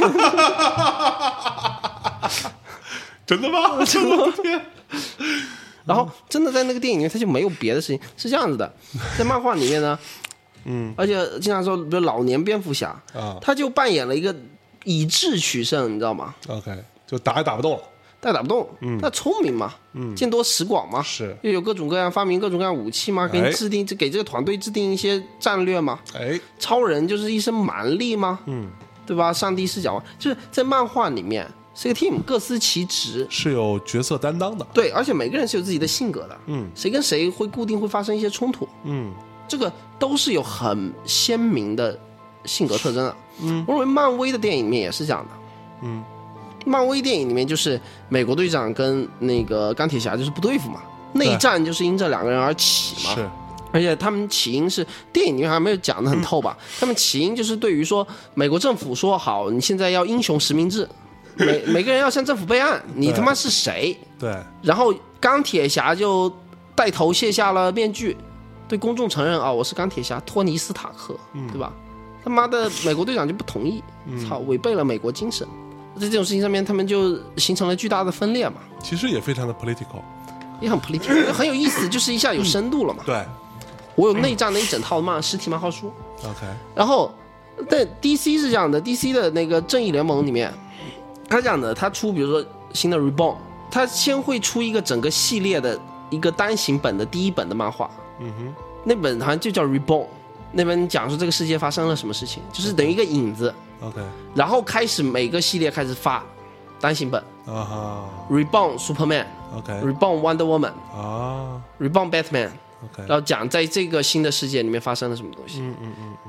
真的吗？我的天！ 然后真的在那个电影里面他就没有别的事情，是这样子的，在漫画里面呢，嗯，而且经常说比如老年蝙蝠侠啊，他就扮演了一个以智取胜，你知道吗 ？OK， 就打也打不动了。 他打不动，嗯，他聪明嘛，嗯，见多识广嘛， 是， 又有各种各样发明各种各样武器嘛，给你制定，给这个团队制定一些战略嘛，哎，超人就是一身蛮力嘛，嗯，对吧？上帝视角嘛，就是在漫画里面是个 team， 各司其职， 是有角色担当的， 对，而且每个人是有自己的性格的，嗯，谁跟谁会固定会发生一些冲突，嗯，这个都是有很鲜明的性格特征的，嗯，我认为漫威的电影里面也是这样的，嗯。漫威电影里面就是美国队长跟那个钢铁侠就是不对付嘛，内战就是因这两个人而起嘛， 是， 而且他们起因是电影里面还没有讲得很透吧，嗯、他们起因就是对于说美国政府说好，你现在要英雄实名制，每每个人要向政府备案，你他妈是谁？ 对， 然后钢铁侠就带头卸下了面具，对公众承认啊、哦，我是钢铁侠托尼斯塔克，嗯、对吧？他妈的美国队长就不同意，嗯、操，违背了美国精神。在这种事情上面他们就形成了巨大的分裂嘛， 其实也非常的 political， 也很 political， 很有意思，就是一下有深度了嘛、 嗯、对， 我有内战的一整套漫实体漫画书 OK， 然后在 D C 是这样的， D C 的那个正义联盟里面他这样的，他出比如说新的 Reborn， 他先会出一个整个系列的一个单行本的第一本的漫画，嗯哼，那本好像就叫 Reborn， 那本讲述这个世界发生了什么事情，就是等于一个影子 OK， 然后开始每个系列开始发单行本、uh huh. Reborn Superman OK Reborn Wonder Woman 啊、 uh. Reborn Batman OK， 然后讲在这个新的世界里面发生了什么东西。 嗯嗯嗯嗯，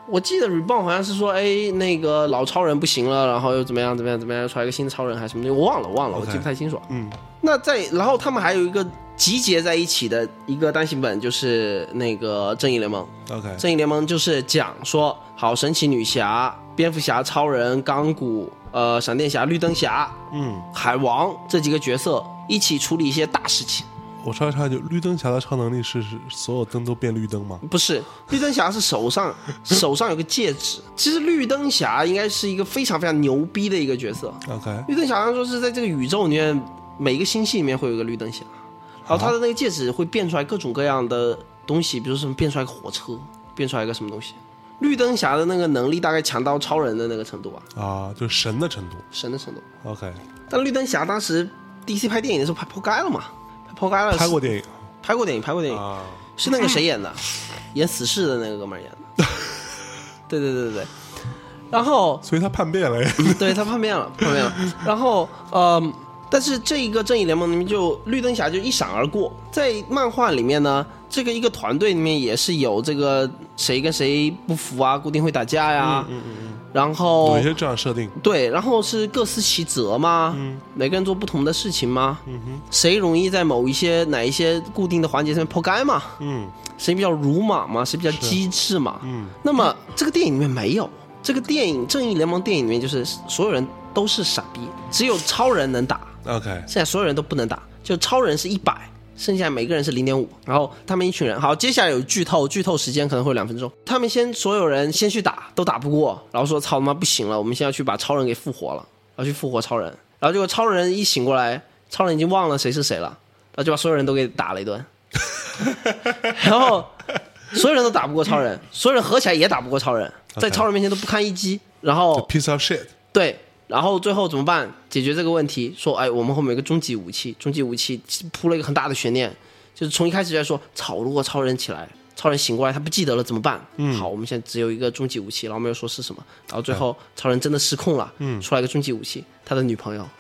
我记得 Reborn 好像是说，哎，那个老超人不行了，然后又怎么样怎么样怎么样，出来一个新的超人还是什么东西，我忘了忘了， okay, 我记不太清楚。 嗯， 那在然后他们还有一个集结在一起的一个单行本，就是那个正义联盟。 OK， 正义联盟就是讲说，好，神奇女侠、蝙蝠侠、超人、钢骨、呃，闪电侠、绿灯侠、 嗯， 海王这几个角色一起处理一些大事情。 我插一插，就绿灯侠的超能力是是所有灯都变绿灯吗？ 不是，绿灯侠是手上手上有个戒指。其实绿灯侠应该是一个非常非常牛逼的一个角色。 OK， 绿灯侠好像说是在这个宇宙里面每一个星系里面会有一个绿灯侠，然后他的那个戒指会变出来各种各样的东西，比如说什么变出来个火车，变出来一个什么东西。绿灯侠的那个能力大概强到超人的那个程度吧？ 啊，就是神的程度， 神的程度。 OK， 但绿灯侠当时 D C 拍电影的时候拍破街了嘛？拍破街了， 拍过电影， 拍过电影，拍过电影， 啊、 是那个谁演的？演死侍的那个哥们儿演的。对对对对对。然后， 所以他叛变了耶。 对他叛变了，叛变了。然后，呃，但是这一个正义联盟里面就绿灯侠就一闪而过。在漫画里面呢，这个一个团队里面也是有这个谁跟谁不服啊，固定会打架呀。嗯嗯嗯嗯。然后有一些这样设定。 对，然后是各司其责嘛，嗯，每个人做不同的事情嘛。嗯哼。谁容易在某一些哪一些固定的环节上面破街嘛？嗯。谁比较鲁莽嘛？谁比较机智嘛？嗯。那么这个电影里面没有。这个电影《正义联盟》电影里面就是所有人都是傻逼，只有超人能打。 OK， 现在所有人都不能打，就超人是一百，剩下每个人是零点五。然后他们一群人，好，接下来有剧透，剧透时间可能会有两分钟。他们先所有人先去打，都打不过，然后说操他妈不行了，我们现在要去把超人给复活了，然后去复活超人。然后结果超人一醒过来，超人已经忘了谁是谁了，然后就把所有人都给打了一顿。然后所有人都打不过超人，所有人合起来也打不过超人。在超人面前都不堪一击，然后 piece of shit， 对，然后最后怎么办？解决这个问题，说哎，我们后面有个终极武器，终极武器铺了一个很大的悬念，就是从一开始就在说，操，如果超人起来，超人醒过来他不记得了怎么办？嗯，好，我们现在只有一个终极武器，然后没有说是什么，然后最后超人真的失控了，嗯，出来一个终极武器，他的女朋友。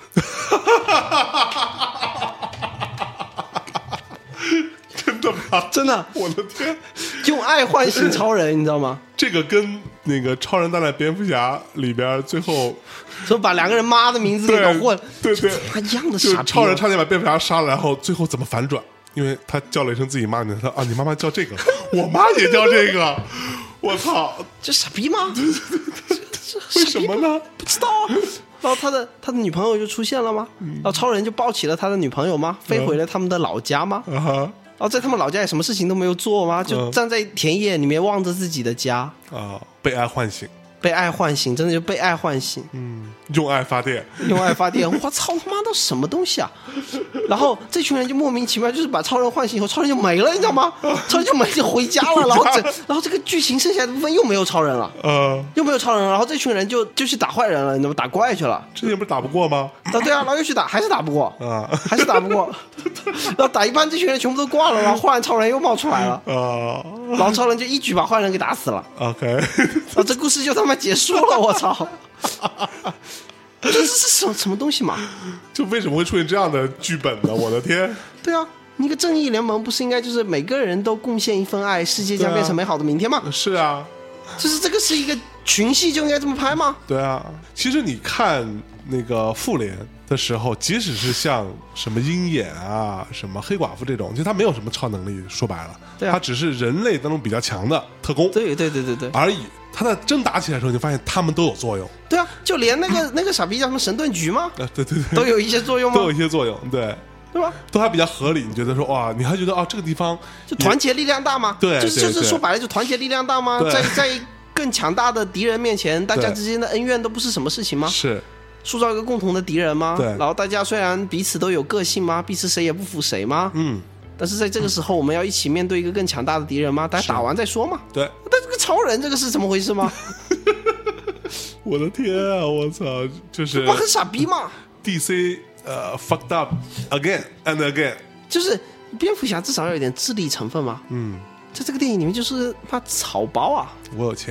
真的吗？ 真的， 我的天！ 用爱唤醒超人，你知道吗？ 这个跟那个《超人大战蝙蝠侠》里边最后说把两个人妈的名字给搞混， 对对， 他一样的傻逼。 超人差点把蝙蝠侠杀了，然后最后怎么反转？因为他叫了一声自己妈名，他说啊，你妈妈叫这个，我妈也叫这个，我操， 这傻逼吗？ 为什么呢？ 不知道啊。然后他的他的女朋友就出现了吗？然后超人就抱起了他的女朋友吗？飞回了他们的老家吗？ 啊哈。 然后在他们老家也什么事情都没有做吗？就站在田野里面望着自己的家啊，被爱唤醒， 被爱唤醒，真的就被爱唤醒。 嗯，用爱发电， 用爱发电。我操他妈都什么东西啊！然后这群人就莫名其妙，就是把超人唤醒以后，超人就没了，你知道吗？超人就没就回家了。然后这然后这个剧情剩下的部分又没有超人了，呃，又没有超人了。然后这群人就就去打坏人了，你知道吗？打怪去了。 之前不是打不过吗？ 啊，对啊，然后又去打，还是打不过啊，还是打不过。然后打一半，这群人全部都挂了，然后忽然超人又冒出来了，啊，然后超人就一举把坏人给打死了。 OK， 然后这故事就他妈结束了，我操！这这是什么什么东西嘛？ 就为什么会出现这样的剧本呢？我的天！ 对啊，一个正义联盟不是应该就是每个人都贡献一份爱，世界将变成美好的明天吗？ 是啊， 就是这个是一个群戏就应该这么拍吗？ 对啊，其实你看那个复联的时候，即使是像什么鹰眼啊、什么黑寡妇这种，就他没有什么超能力，说白了， 对啊， 他只是人类当中比较强的特工， 对对对对对而已。他在真打起来的时候，你发现他们都有作用。 对啊，就连那个那个傻逼叫什么神盾局吗？ 啊，对对对， 都有一些作用吗？ 都有一些作用，对。 对吧？ 都还比较合理，你觉得说哇，你还觉得啊，这个地方就团结力量大吗？ 对， 就是就是说白了，就团结力量大吗？在在更强大的敌人面前，大家之间的恩怨都不是什么事情吗？ 是塑造一个共同的敌人吗？ 对。 然后大家虽然彼此都有个性吗？彼此谁也不服谁吗？嗯。但是在这个时候，我们要一起面对一个更强大的敌人吗？大家打完再说嘛。 对。 但这个超人这个是怎么回事吗？ 我的天啊！我操，就是我很傻逼嘛。 D C 呃、uh, fucked up again and again， 就是蝙蝠侠至少要有点智力成分嘛。嗯，在这个电影里面就是他草包啊。 我有钱，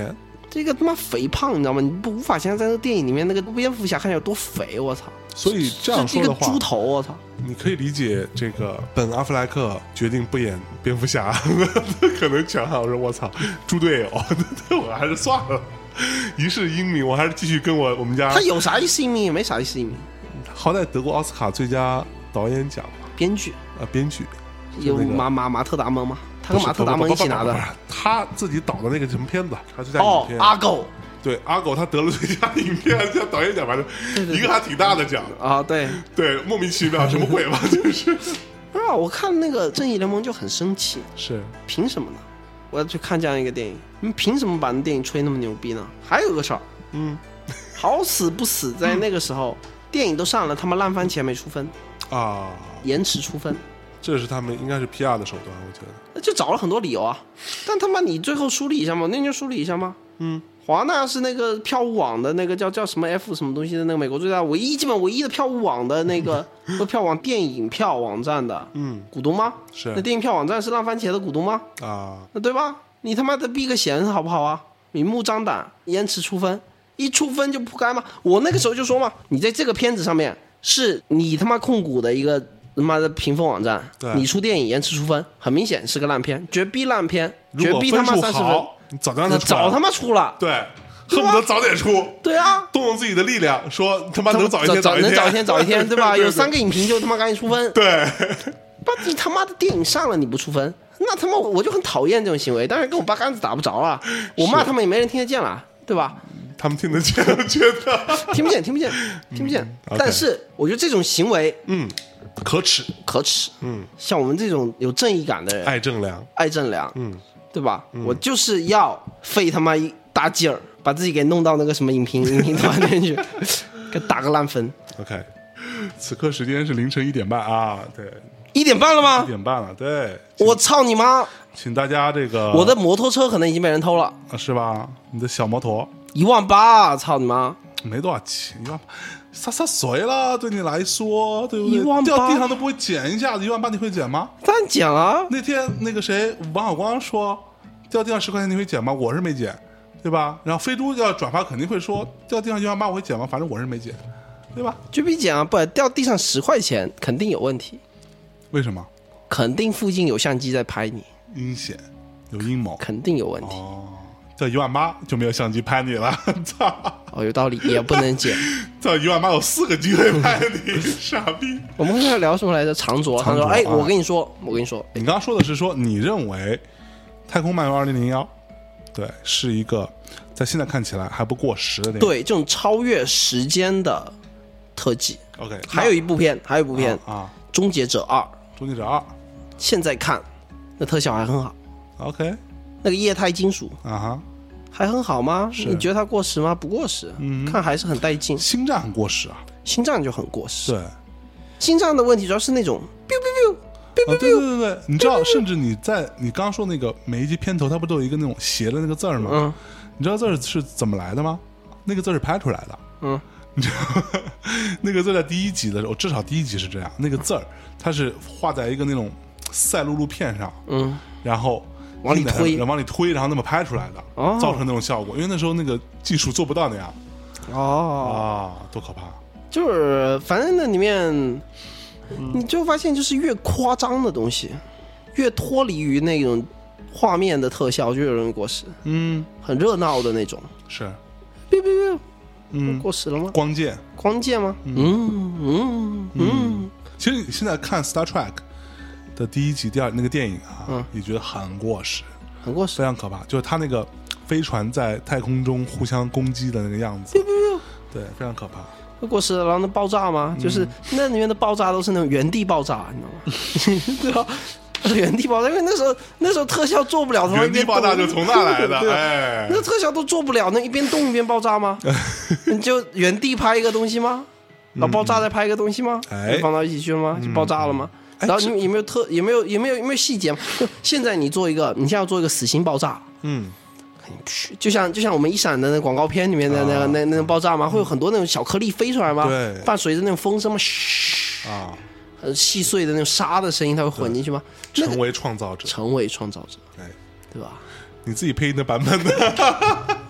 这个他妈肥胖，你知道吗？你不无法想象在那个电影里面那个蝙蝠侠看起来有多肥，我操！ 所以这样说的话， 一个猪头，我操！ 你可以理解这个本阿弗莱克决定不演蝙蝠侠，可能想想我说我操，猪队友，我还是算了，一世英名，我还是继续跟我我们家。 他有啥一世英名也没啥一世英名， 好歹得过奥斯卡最佳导演奖吧？ 编剧啊，编剧有马马马特达蒙吗？他跟马特达蒙一起拿的， 他自己导的那个什么片子，他最佳影片。哦，阿狗。 对，阿狗他得了最佳影片、最佳导演奖，反正一个还挺大的奖啊。对对，莫名其妙，什么鬼吧，就是。 啊，我看那个《正义联盟》就很生气， 是凭什么呢？我要去看这样一个电影，你们凭什么把那电影吹那么牛逼呢？还有个事儿， 嗯， 好死不死，在那个时候、嗯、电影都上了，他们烂番茄没出分啊， 延迟出分。 这是他们应该是 P R 的手段，我觉得就找了很多理由啊，但他妈你最后梳理一下嘛，那就梳理一下嘛。 嗯， 华纳是那个票务网的那个叫叫什么 F 什么东西的那个美国最大唯一基本唯一的票务网的那个票网电影票网站的嗯股东吗？ 是那电影票网站是烂番茄的股东吗？ 啊， 那对吧？你他妈的避个嫌好不好啊？明目张胆延迟出分，一出分就不该吗？我那个时候就说嘛，你在这个片子上面是你他妈控股的一个。他妈的评分网站，你出电影延迟出分，很明显是个烂片，绝逼烂片，绝逼他妈三十分， 你早让他早他妈出了， 对，恨不得早点出， 对啊， 动用自己的力量，说他妈能早一天早一天，能早一天早一天，对吧？ 对对对有三个影评就他妈赶紧出分， 对， 把你他妈的电影上了你不出分，那他妈我就很讨厌这种行为，但是跟我八竿子打不着了，我骂他们也没人听得见了，对吧？ 他们听得见，我觉得听不见，听不见，听不见。嗯、但是我觉得这种行为， 嗯，可耻， 可耻。 嗯， 像我们这种有正义感的人， 爱正良， 爱正良， 嗯， 对吧？ 嗯、 我就是要费他妈一大劲儿，把自己给弄到那个什么影评影评团里面去，给打个烂分。 OK， 此刻时间是凌晨一点半啊，对， 一点半了吗？ 一点半了，对。 我操你妈！ 请大家这个， 我的摩托车可能已经被人偷了， 啊、是吧？你的小摩托。 一万八，操你妈！ 没多少钱，一万八，洒洒水了，对你来说，对不对？ 一万八， 掉地上都不会捡一下子，一万八你会捡吗？ 当然捡了。 那天那个谁，王小光说，掉地上十块钱你会捡吗？我是没捡，对吧？然后飞猪要转发肯定会说，掉地上一万八我会捡吗？反正我是没捡，对吧？ 绝逼捡啊！不，掉地上十块钱肯定有问题。 为什么？ 肯定附近有相机在拍你， 阴险，有阴谋， 肯定有问题。 哦。这一万八就没有相机拍你了，操！ 哦，有道理，也不能捡。 这一万八有四个机会拍你，傻逼！ 我们刚才聊什么来着？长卓，长卓。哎，我跟你说，我跟你说， 你刚刚说的是说，你认为《太空漫游二零零一》对是一个在现在看起来还不过时的电影， 对这种超越时间的特技。 OK， 还有一部片，还有一部片啊， 《终结者二》。 终结者二， 现在看，那特效还很好。 OK。 那个液态金属啊哈， 还很好吗？你觉得它过时吗？不过时， 嗯， 看还是很带劲。 星战很过时啊， 星战就很过时。 对， 星战的问题主要是那种 biu biu biu biu biu，、 啊、对对对对，你知道，甚至你在你刚刚说那个每一集片头，它不都有一个那种斜的那个字吗？ 嗯， 你知道字是怎么来的吗？那个字是拍出来的。 嗯， 你知道那个字在第一集的时候，至少第一集是这样，那个字儿它是画在一个那种赛璐璐片上， 嗯， 然后。 往里推， 往里推，然后那么拍出来的， 哦、 造成那种效果。因为那时候那个技术做不到那样。 哦， 啊，多可怕！ 就是反正那里面， 嗯、 你就发现就是越夸张的东西，越脱离于那种画面的特效，就越容易过时。 嗯， 很热闹的那种。 是。 biu biu biu， 嗯， 过时了吗？ 光剑， 光剑吗？嗯嗯嗯。嗯其实你现在看 Star Trek。的第一集、第二那个电影啊， 嗯， 也觉得很过时， 很过时， 非常可怕。就是他那个飞船在太空中互相攻击的那个样子，对，非常可怕。 过时了，然后那爆炸吗？嗯、就是那里面的爆炸都是那种原地爆炸，你知道吗？对吧？原地爆炸，因为那时候那时候特效做不了， 原地爆炸就从那来的，哎， 那特效都做不了，那一边动一边爆炸吗？你就原地拍一个东西吗？然后爆炸再拍一个东西吗？ 哎， 放到一起去了吗？就爆炸了吗？然后你有没有特有没有有没有有没有细节嘛？现在你做一个，你现在要做一个死星爆炸， 嗯， 就像就像我们一闪的那广告片里面的那个、啊、那那种爆炸嘛，会有很多那种小颗粒飞出来嘛， 对， 伴随着那种风声嘛，嘘啊， 很细碎的那种沙的声音，它会混进去吗？ 成为创造者， 成为创造者， 对对吧？ 你自己配音的版本的，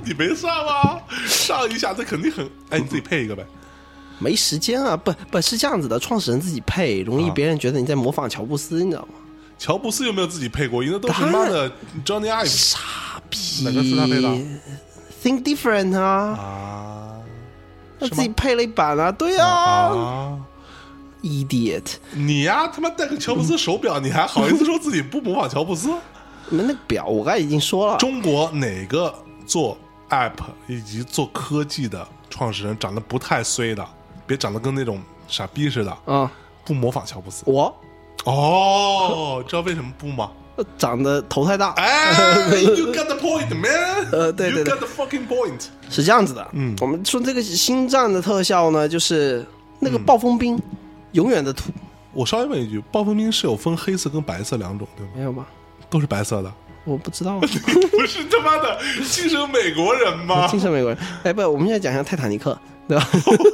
你没上啊？上一下这肯定很，哎，你自己配一个呗。 没时间啊，不不是这样子的，创始人自己配，容易别人觉得你在模仿乔布斯，你知道吗？ 乔布斯有没有自己配过？因为都是妈的 Johnny Ive。 傻逼！ 哪个是他配的 ？Think Different 啊！ 啊， 他自己配了一版啊，对啊。 啊 Idiot！ 你呀、啊，他妈戴个乔布斯手表，你还好意思说自己不模仿乔布斯？ 你们那个表我刚才已经说了， 中国哪个做 App 以及做科技的创始人长得不太衰的？别长得跟那种傻逼似的啊、 嗯！ 不模仿乔布斯。 我哦，知道为什么不吗？ 长得头太大。 哎 ，You got the point, man。 呃，对对对 ，You got the fucking point。 是这样子的。嗯，我们说这个星战的特效呢，就是那个暴风兵、嗯、永远的土。 我稍微问一句，暴风兵是有分黑色跟白色两种，对吗？ 没有吧？ 都是白色的。 我不知道。 你不是他妈的精神美国人吗？ 精神美国人。哎，不，我们现在讲一下泰坦尼克。对吧？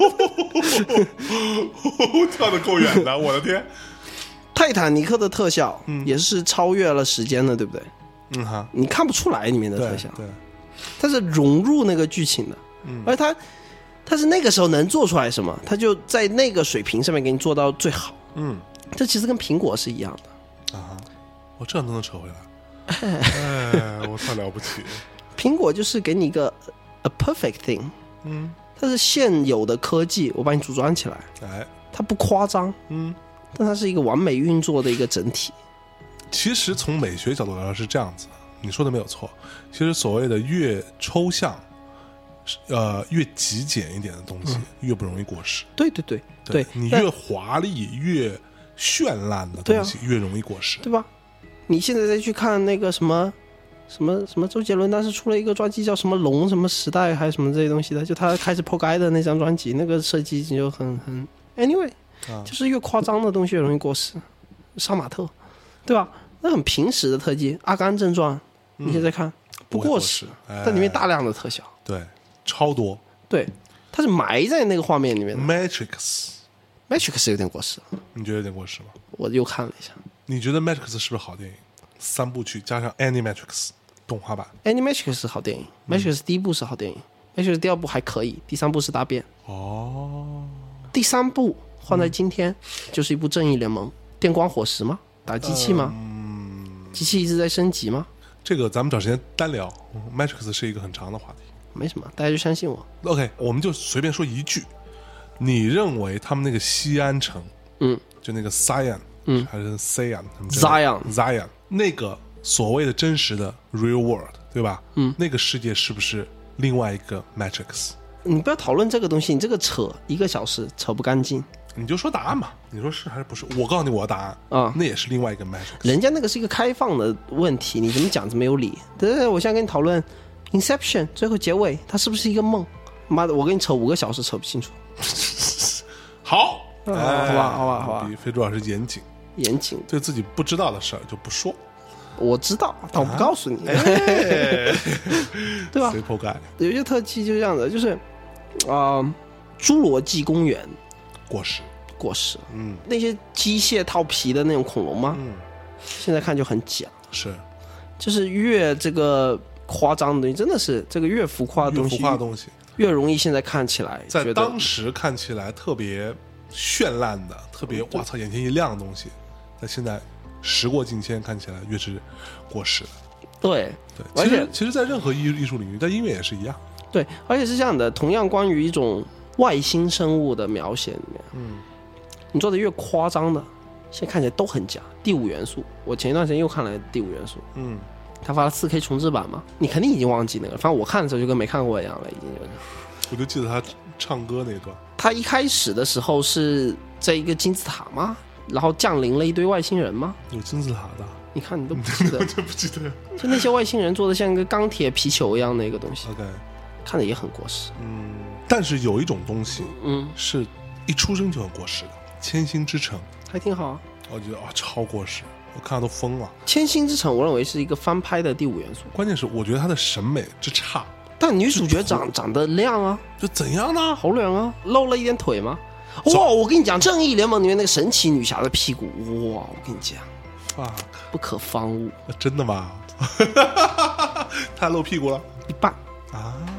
跳得够远的，我的天！ 泰坦尼克的特效也是超越了时间的，对不对？ 嗯哈， 你看不出来里面的特效， 对， 它是融入那个剧情的，嗯，而它它是那个时候能做出来什么，它就在那个水平上面给你做到最好，嗯，这其实跟苹果是一样的啊，我这样都能扯回来，哎，我太了不起！ 苹果就是给你一个 a perfect thing， 嗯。它是现有的科技，我把你组装起来，哎，它不夸张，嗯，但它是一个完美运作的一个整体。 其实从美学角度来说是这样子，你说的没有错。其实所谓的越抽象，呃，越极简一点的东西，嗯、越不容易过时。 对对对对, 对，你越华丽、越绚烂的东西，越容易过时， 对吧？你现在再去看那个什么。什么什么周杰伦当时出了一个专辑叫什么龙什么时代还是什么这些东西的，就他开始破盖的那张专辑，那个设计就很很 anyway、啊、就是越夸张的东西越容易过时。杀马特对吧，那很平时的特技，阿甘正传、嗯、你现在看不过时，但、哎、里面大量的特效， 对，超多， 对，它是埋在那个画面里面的。 Matrix Matrix 有点过时， 你觉得有点过时吗？ 我又看了一下。 你觉得 Matrix 是不是好电影？三部曲加上 Animatrix 动画版。 Animatrix 是好电影、嗯、Matrix 第一部是好电影， Matrix 第二部还可以，第三部是大便。 哦， 第三部换在今天、嗯、就是一部正义联盟。电光火石吗？打机器吗、嗯、机器一直在升级吗？ 这个咱们找时间单聊。 Matrix 是一个很长的话题， 没什么，大家就相信我。 OK， 我们就随便说一句，你认为他们那个西安城，嗯，就那个 Zion，嗯，还是 Zion，Zion Zion 那个所谓的真实的 real world， 对吧？嗯，那个世界是不是另外一个 Matrix？ 你不要讨论这个东西，你这个扯一个小时扯不干净， 你就说答案嘛，你说是还是不是？我告诉你我的答案啊、嗯，那也是另外一个 Matrix。 人家那个是一个开放的问题，你怎么讲这么有理？对对对，我现在跟你讨论 Inception 最后结尾它是不是一个梦？妈的，我跟你扯五个小时扯不清楚。 好、 嗯哎、好吧好吧好吧， 比非洲老师严谨严谨， 对自己不知道的事儿就不说。 我知道，但我不告诉你，啊哎、对吧？ 谁破盖？ 有些特技就这样的，就是啊，呃、侏罗纪公园过时， 过时。嗯，那些机械套皮的那种恐龙吗？嗯，现在看就很假。 是， 就是越这个夸张的东西，真的是这个越浮夸的东西， 越浮夸的东西越容易现在看起来， 在当时看起来特别绚烂的、特别哇操眼前一亮的东西，在现在时过境迁，看起来越是过时的。 对对，而且其实，在任何艺艺术领域，在音乐也是一样。 对，而且是这样的，同样关于一种外星生物的描写里面，嗯，你做的越夸张的，现在看起来都很假。第五元素，我前一段时间又看了第五元素，嗯，他发了 四 K 重制版嘛，你肯定已经忘记那个，反正我看的时候就跟没看过一样了，已经就是。 我就记得他唱歌那段， 他一开始的时候是在一个金字塔吗？然后降临了一堆外星人吗？ 有金字塔的， 你看你都不记得， 我就不记得。 就那些外星人做的像一个钢铁皮球一样的一个东西 ，OK， 看着也很过时。 嗯，但是有一种东西，嗯，是一出生就很过时的，《千星之城》 还挺好啊。 我觉得啊、哦，超过时，我看到都疯了。 《千星之城》我认为是一个翻拍的第五元素， 关键是我觉得它的审美之差。 但女主角长长得亮啊， 就怎样呢？ 好亮啊，露了一点腿吗？哇！我跟你讲，《正义联盟》里面那个神奇女侠的屁股，哇！我跟你讲， 啊， 不可方物。 真的吗？她露屁股了一半啊！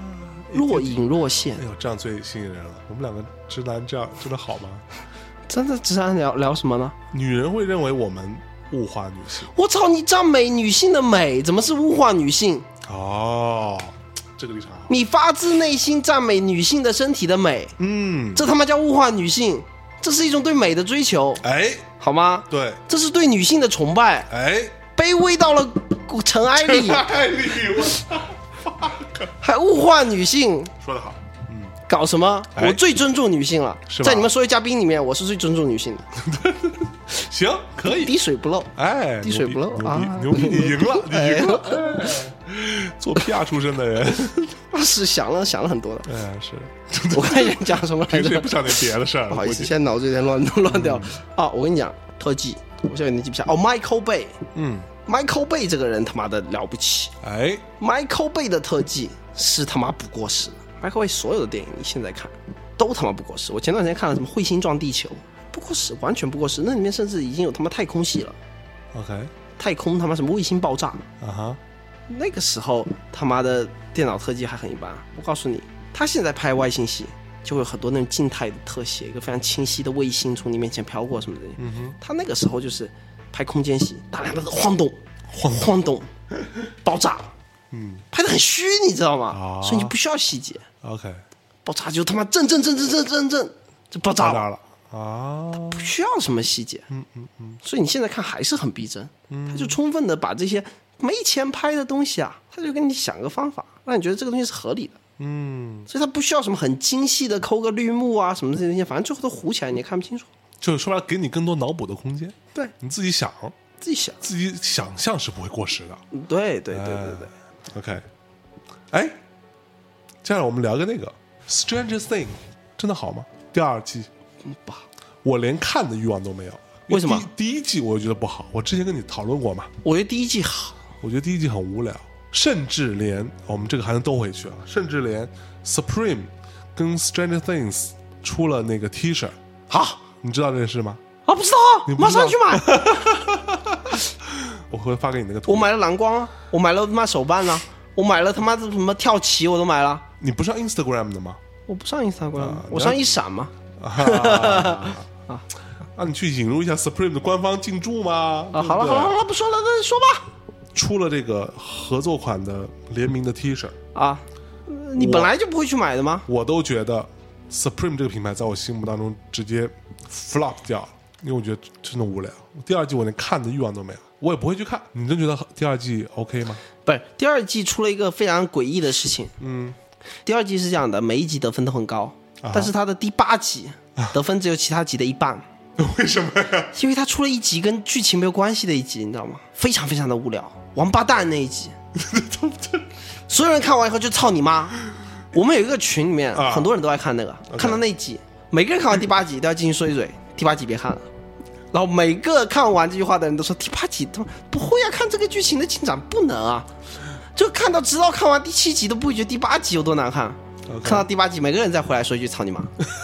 若隐若现。 哎呦，这样最吸引人了。我们两个直男这样真的好吗？ 真的直男聊聊什么呢？ 女人会认为我们物化女性。 我操，你赞美女性的美，怎么是物化女性？ 哦，这个立场好。 你发自内心赞美女性的身体的美， 嗯， 这他妈叫物化女性，这是一种对美的追求， 哎， 好吗？ 对， 这是对女性的崇拜， 哎， 卑微到了尘埃里， 尘埃里，我操， 还物化女性， 说得好。 搞什么？ 哎、 我最尊重女性了，在你们所有嘉宾里面，我是最尊重女性的。 行，可以， 滴水不漏。 哎， 滴水不漏牛啊！ 牛逼，你赢了，你赢了。哎、做 P R 出身的人， 是想了想了很多的。 哎，是。 我看人讲什么来着？ 平时也不想点别的事儿。 不好意思，现在脑子有点乱乱掉了、嗯、啊！我跟你讲，特技，我现在有点记不下。哦 ，Michael Bay， 嗯 ，Michael Bay 这个人他妈的了不起。 哎 ，Michael Bay 的特技是他妈不过时的。Michael Bay 所有的电影，你现在看都他妈不过时。我前段时间看了什么《彗星撞地球》，不过时，完全不过时。那里面甚至已经有他妈太空戏了。 OK， 太空他妈什么卫星爆炸啊哈， 那个时候他妈的电脑特技还很一般。我告诉你，他现在拍外星戏就会有很多那种静态的特写，一个非常清晰的卫星从你面前飘过什么的。嗯哼，他那个时候就是拍空间戏，大量的晃动、晃晃动、爆炸。嗯，拍得很虚，你知道吗？哦、所以你不需要细节。 OK， 爆炸就他妈震震震震震震震，就爆炸了。 爆炸了啊！ 不需要什么细节。嗯嗯嗯。所以你现在看还是很逼真。嗯，他就充分的把这些没钱拍的东西啊，他就给你想个方法，让你觉得这个东西是合理的。嗯。所以他不需要什么很精细的抠个绿幕啊什么这些东西，反正最后都糊起来，你也看不清楚。 就是说白了，给你更多脑补的空间。 对， 你自己想， 自己想， 自己想象是不会过时的。 对对对对对。 OK， 哎，接下来我们聊个那个《Stranger Things》，真的好吗？第二季不好， 我连看的欲望都没有。 为什么？ 第一季我觉得不好，我之前跟你讨论过嘛。 我觉得第一季好， 我觉得第一季很无聊，甚至连我们这个还能兜回去啊，甚至连 Supreme 跟 Stranger Things 出了那个 T 恤， 好， 你知道这件事吗？ 啊，不知道啊，马上去买。 我会发给你那个图。 我买了蓝光啊，我买了他妈手办啊，我买了他妈的什么跳棋我都买了。 你不上 Instagram 的吗？ 我不上 Instagram，、啊、我上一闪嘛。 啊啊！让你去引入一下 Supreme 的官方进驻吗？ 啊，好了好了好了，不说了，那你说吧。 出了这个合作款的联名的 T 恤啊，你本来就不会去买的吗？ 我都觉得 Supreme 这个品牌在我心目当中直接 flop 掉了，因为我觉得真的无聊。第二季我连看的欲望都没有，我也不会去看。你真觉得第二季 OK 吗？ 不是，第二季出了一个非常诡异的事情。嗯，第二季是这样的，每一集得分都很高，啊、但是它的第八集得分只有其他集的一半。 为什么呀？ 因为它出了一集跟剧情没有关系的一集，你知道吗？非常非常的无聊，王八蛋那一集，所有人看完以后就操你妈。我们有一个群里面、啊、很多人都爱看那个， okay. 看到那一集，每个人看完第八集都要进行说一嘴，第八集别看了。然后每个看完这句话的人都说第八集他不会啊，看这个剧情的进展不能啊，就看到直到看完第七集都不会觉得第八集有多难看， okay. 看到第八集每个人再回来说一句操你妈。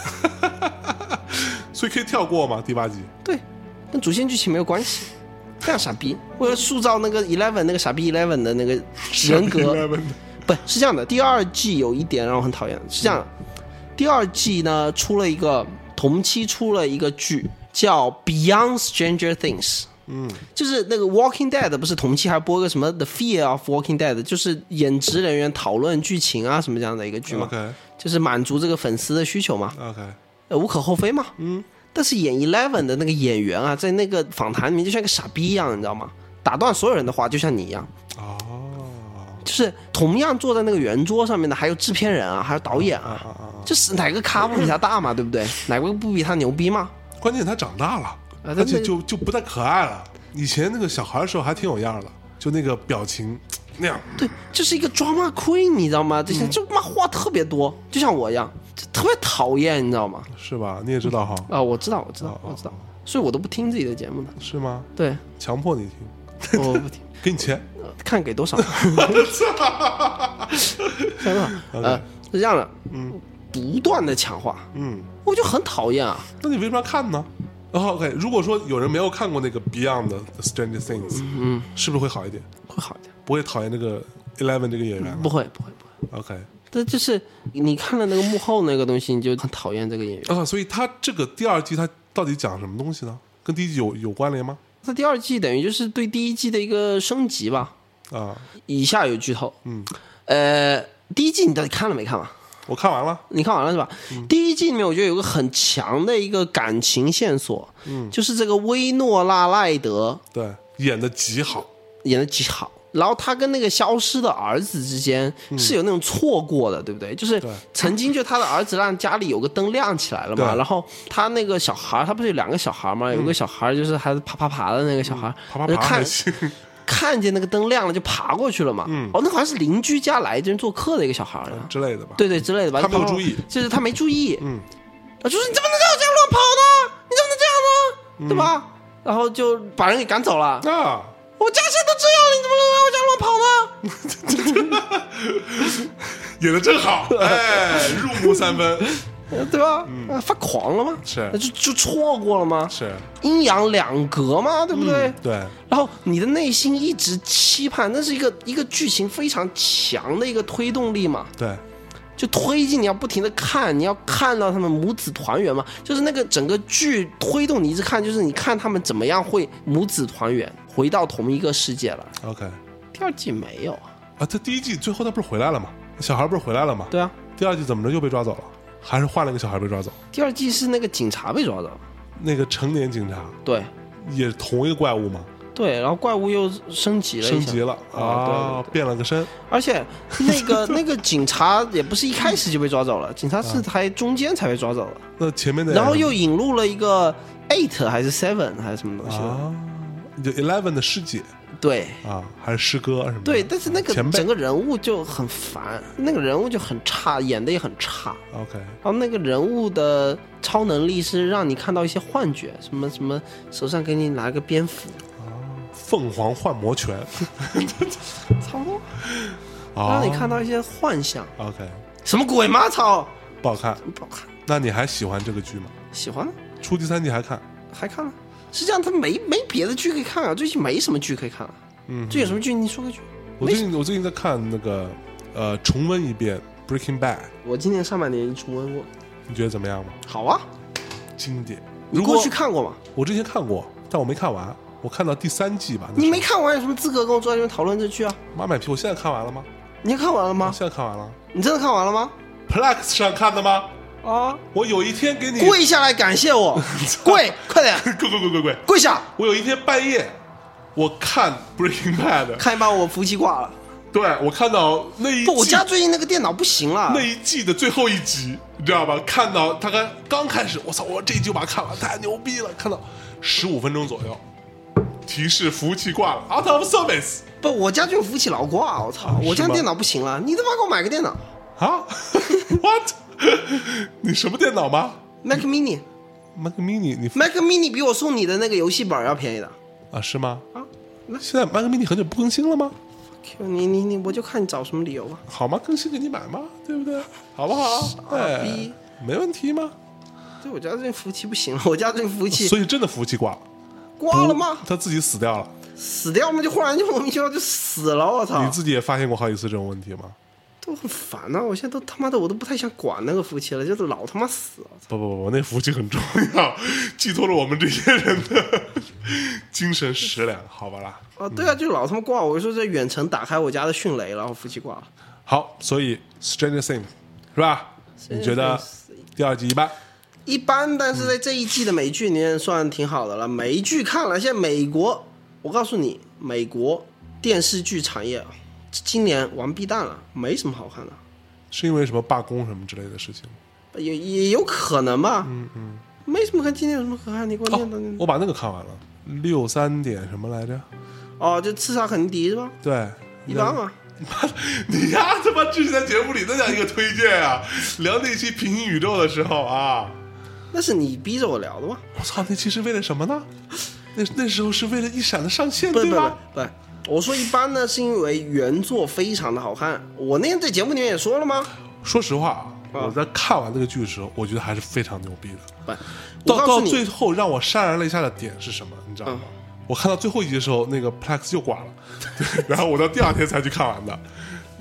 所以可以跳过吗？第八集对，跟主线剧情没有关系，非常傻逼。为了塑造那个 Eleven 那个傻逼 Eleven 的那个人格，不是这样的。第二季有一点让我很讨厌，是这样的，第二季呢出了一个同期出了一个剧叫 Beyond Stranger Things， 嗯，就是那个 Walking Dead 不是同期还播一个什么 The Fear of Walking Dead， 就是演职人员讨论剧情啊什么这样的一个剧嘛， okay. 就是满足这个粉丝的需求嘛 ，OK， 呃，无可厚非嘛，嗯。但是演 Eleven 的那个演员啊，在那个访谈里面就像一个傻逼一样，你知道吗？打断所有人的话，就像你一样。哦，就是同样坐在那个圆桌上面的，还有制片人啊，还有导演啊，就是哪个咖不比他大嘛，对不对？哪个不比他牛逼嘛？ 关键他长大了，而且就就不太可爱了。以前那个小孩的时候还挺有样的，就那个表情那样。 对，就是一个 drama queen， 你知道吗？这些就妈话特别多，就像我一样。特别讨厌，你知道吗？ 是吧？你也知道哈？ 啊、哦，我知道，我知道，我知道，所以我都不听自己的节目的。 是吗？ 对， 强迫你听， 我不听， 给你钱， 看给多少？真的，呃，是这样的，嗯，不断的强化，嗯，我就很讨厌啊。 那你为什么要看呢？哦 ，OK， 如果说有人没有看过那个 Beyond 的 Stranger Things， 嗯，是不是会好一点？ 会好一点， 不会讨厌那个 Eleven 这个演员？ 不会，不会，不会。OK。 这就是你看了那个幕后那个东西，你就很讨厌这个演员啊。所以他这个第二季他到底讲什么东西呢？跟第一季有有关联吗？ 他第二季等于就是对第一季的一个升级吧。 啊， 以下有剧透。 嗯， 呃，第一季你到底看了没看完？ 我看完了。 你看完了是吧？嗯、第一季里面我觉得有个很强的一个感情线索，嗯，就是这个薇诺娜赖德， 对，演的极好， 演的极好。然后他跟那个消失的儿子之间是有那种错过的，嗯、对不对？就是曾经就他的儿子让家里有个灯亮起来了嘛，然后他那个小孩，他不是有两个小孩嘛？有个小孩就是还是爬爬爬的那个小孩， 嗯、爬爬爬还行。 看见那个灯亮了就爬过去了嘛，嗯，哦，那好像是邻居家来这人做客的一个小孩、啊嗯、之类的吧， 对对之类的吧， 他没有注意， 就是他没注意， 嗯， 啊，就是你怎么能在我家乱跑呢？你怎么能这样呢？嗯、对吧？然后就把人给赶走了啊！ 我家现在都这样了，你怎么能来我家乱跑呢？ 演的真好，哎，入木三分。 对吧？嗯、发狂了吗？ 是， 就就错过了吗？ 是， 阴阳两隔嘛，对不对？ 嗯、对。 然后你的内心一直期盼，那是一个一个剧情非常强的一个推动力嘛。 对。 就推进，你要不停的看，你要看到他们母子团圆嘛。就是那个整个剧推动你一直看，就是你看他们怎么样会母子团圆，回到同一个世界了。 OK。 第二季没有啊？ 啊，他第一季最后他不是回来了吗？小孩不是回来了吗？ 对啊。 第二季怎么着又被抓走了？还是换了个小孩被抓走？ 第二季是那个警察被抓走了， 那个成年警察， 对， 也是同一个怪物吗？ 对，然后怪物又升级了一下， 升级了啊、哦，对对对，变了个身。 而且那个那个警察也不是一开始就被抓走了，警察是才中间才被抓走了。 那前面的， 然后又引入了一个 eight 还是 seven 还是什么东西啊？就 eleven 的师姐。 对啊，还是师哥什么的？ 对，但是那个整个人物就很烦，那个人物就很差，演的也很差。 OK， 然后那个人物的超能力是让你看到一些幻觉，什么什么手上给你拿个蝙蝠， 啊，凤凰幻魔拳， 差不多，让你看到一些幻象。 OK， 什么鬼吗？操， 不好看， 不好看。 那你还喜欢这个剧吗？ 喜欢了， 出第三季还看？ 还看了。实际上他没没别的剧可以看啊，最近没什么剧可以看啊。嗯，最近有什么剧？你说个剧。 我最近我最近在看那个呃，重温一遍《Breaking Bad》。 我今年上半年已经重温过。 你觉得怎么样吗？ 好啊， 经典。 你过去看过吗？ 我之前看过，但我没看完。我看到第三季吧。 你没看完有什么资格跟我坐在这边讨论这剧啊？ 妈买皮！我现在看完了吗？ 你看完了吗？ 现在看完了。 你真的看完了吗 ？Plex 上看的吗？ 啊！ 我有一天给你跪下来感谢我，跪，快点， 跪跪跪跪跪， 跪下！ 我有一天半夜，我看 Breaking Bad， 看一半我服务器挂了。 对，我看到那一季， 不，我家最近那个电脑不行了。 那一季的最后一集，你知道吧？看到他刚刚开始，我操，我这一集就把它看完，太牛逼了！看到十五分钟左右，提示服务器挂了 ，out of service。 不，我家这个服务器老挂，我操，啊、我家电脑不行了，你他妈给我买个电脑啊 ？What？你什么电脑吗 ？Mac Mini。Mac Mini， 你 Mac Mini 比我送你的那个游戏本要便宜的啊？是吗？ 啊， 那现在 Mac Mini 很久不更新了吗？ 你你你，我就看你找什么理由吧。 好吗？更新给你买吗？对不对？好不好？哎，没问题吗？ 对，我家这服务器不行了，我家这服务器， 所以真的服务器挂了， 挂了吗？ 他自己死掉了， 死掉吗？就忽然就莫名其妙就死了，我操！ 你自己也发现过好几次这种问题吗？ 都很烦呐、啊！我现在都他妈的，我都不太想管那个服务器了，就是老他妈死了。 不不不，那服务器很重要，寄托了我们这些人的精神食粮，好吧啦。 啊，对啊，就老他妈挂我，我说在远程打开我家的迅雷，然后服务器挂了。 好，所以 Stranger Things 是吧？你觉得第二季一般？ 一般，但是在这一季的美剧里面算挺好的了。美剧看了，现在美国，我告诉你，美国电视剧产业今年完逼蛋了，没什么好看的。 是因为什么罢工什么之类的事情？ 也也有可能吧。 嗯嗯， 没什么看，今天有什么可看？你给我念叨念叨。 我把那个看完了，六三点什么来着？ 哦，就刺杀肯尼迪是吧？ 对， 一般嘛。 你呀，他妈之前在节目里那叫一个推荐啊！聊那期平行宇宙的时候啊， 那是你逼着我聊的吗？ 我操，那期是为了什么呢？那那时候是为了一闪的上线， 不对吧？ 不不不。我说一般呢，是因为原作非常的好看。我那天在节目里面也说了吗？ 说实话啊，我在看完这个剧的时候，我觉得还是非常牛逼的。 不， 到到最后让我潸然泪下的点是什么？你知道吗？嗯、我看到最后一集的时候，那个 Plex 又挂了，然后我到第二天才去看完的。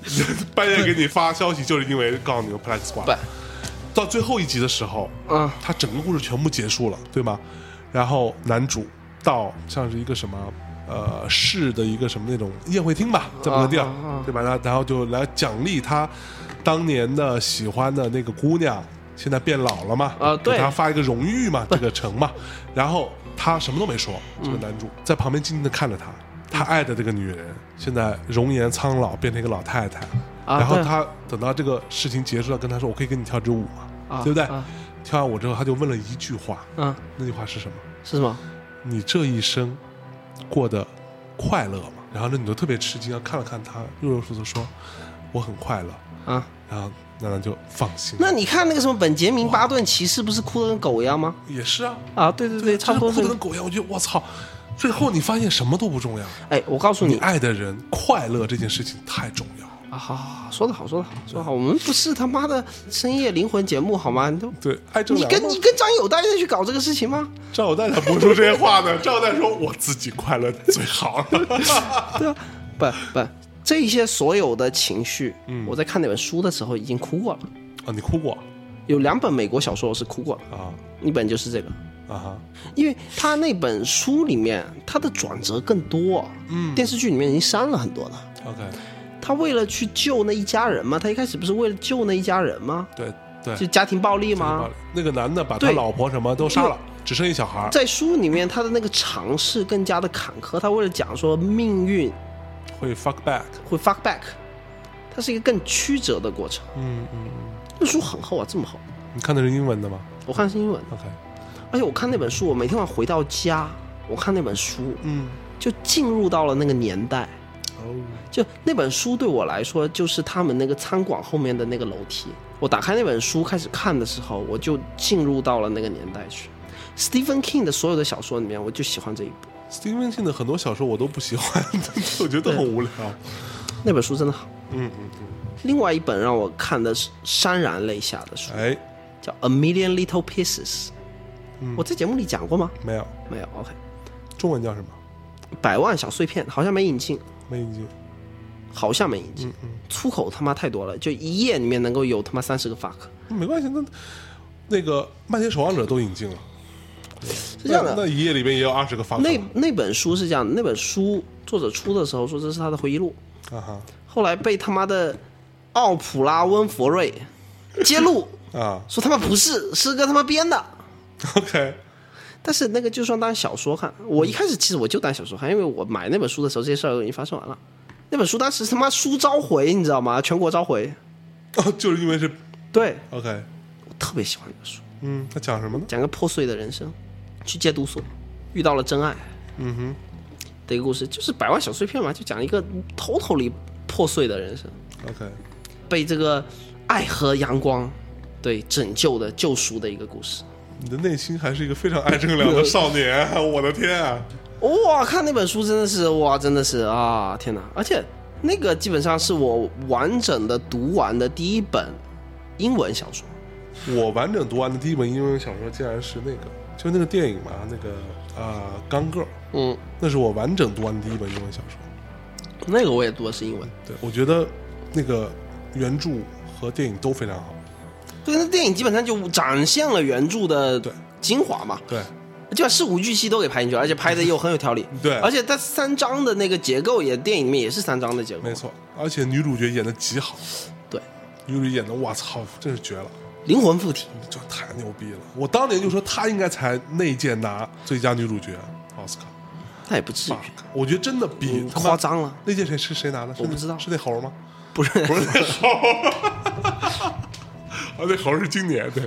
半夜给你发消息，就是因为告诉你 Plex Squad。到最后一集的时候，嗯，他整个故事全部结束了，对吗？然后男主到像是一个什么呃市的一个什么那种宴会厅吧，这么个地儿，对吧？然后然后就来奖励他当年的喜欢的那个姑娘，现在变老了嘛， 啊，对， 给他发一个荣誉嘛，这个城嘛。然后他什么都没说，这个男主在旁边静静的看着他。他爱的这个女人现在容颜苍老，变成一个老太太，啊、然后他等到这个事情结束了，跟他说：“我可以跟你跳支舞吗？啊、对不对？”啊、跳完舞之后，他就问了一句话，嗯，那句话是什么？ 是什么？ 你这一生过得快乐吗？然后那女的特别吃惊，看了看他，若若说的说：“我很快乐。”啊，然后那他就放心。 那你看那个什么本杰明·巴顿骑士，不是哭得跟狗一样吗？ 也是啊， 啊，对对对，差不多哭得跟狗一样。我觉得我操。最后你发现什么都不重要。 哎，我告诉你， 你爱的人快乐这件事情太重要啊！好好好，说得好，说得好，说得好。我们不是他妈的深夜灵魂节目好吗？你都对，爱正你跟你跟张友代再去搞这个事情吗？ 张友代他不说这些话呢。张友代说我自己快乐最好。 对啊，不不，这些所有的情绪，嗯，我在看那本书的时候已经哭过了。 啊，你哭过？ 有两本美国小说我是哭过了啊，一本就是这个。啊，因为他那本书里面他的转折更多，嗯，电视剧里面已经删了很多了。 OK， 他为了去救那一家人嘛，他一开始不是为了救那一家人吗？ 对对， 就家庭暴力吗？ 那个男的把他老婆什么都杀了，只剩一小孩。 在书里面他的那个尝试更加的坎坷，他为了讲说命运会 fuck back， 会 fuck back， 它是一个更曲折的过程。 嗯嗯， 那书很厚啊，这么厚。 你看的是英文的吗？ 我看的是英文。 OK。 而且我看那本书，我每天晚上回到家，我看那本书，嗯，就进入到了那个年代。哦，就那本书对我来说，就是他们那个餐馆后面的那个楼梯。我打开那本书开始看的时候，我就进入到了那个年代去。Stephen King 的所有的小说里面，我就喜欢这一部。 Stephen King 的很多小说我都不喜欢，我觉得都很无聊。 那本书真的好。嗯嗯嗯。另外一本让我看的是潸然泪下的书，哎，叫《A Million Little Pieces》。我在节目里讲过吗？ 没有， 没有。OK， 中文叫什么？ 百万小碎片，好像没引进， 没引进， 好像没引进。嗯嗯，粗口他妈太多了，就一页里面能够有他妈三十个 fuck。 没关系，那那个《漫天守望者》都引进了， 是这样的。 那, 那一页里面也有二十个 fuck。 那那本书是这样的，那本书作者出的时候说这是他的回忆录，啊哈，后来被他妈的奥普拉温佛瑞揭露啊，说他妈不是，是个他妈编的。 OK， 但是那个就算当小说看，我一开始其实我就当小说看，因为我买那本书的时候这些事儿都已经发生完了。那本书当时他妈书召回，你知道吗？全国召回。 哦，就是因为是对 OK， 我特别喜欢那本书。 嗯，它讲什么呢？ 讲个破碎的人生，去戒毒所遇到了真爱，嗯哼，的一个故事，就是百万小碎片嘛，就讲一个 totally 破碎的人生。 OK， 被这个爱和阳光对拯救的救赎的一个故事。 你的内心还是一个非常爱正良的少年，我的天啊！ 哇，看那本书真的是哇，真的是啊，天哪！而且那个基本上是我完整的读完的第一本英文小说。 我完整读完的第一本英文小说竟然是那个，就那个电影嘛，那个啊《Gone Girl》，嗯，那是我完整读完的第一本英文小说。 那个我也读的是英文。 对，我觉得那个原著和电影都非常好。 对，那电影基本上就展现了原著的精华嘛。 对， 就把事无巨细都给拍进去了，而且拍的又很有条理。 对， 而且它三章的那个结构也，电影里面也是三章的结构。 没错，而且女主角演的极好。 对， 女主角演的，我操，真是绝了， 灵魂附体， 这太牛逼了！我当年就说她应该才那届拿最佳女主角奥斯卡。 那也不至于， 我觉得真的比夸张了。 那届谁是谁拿的？ 我不知道， 是那猴吗？ 不是， 不是那猴。啊，那猴是今年对。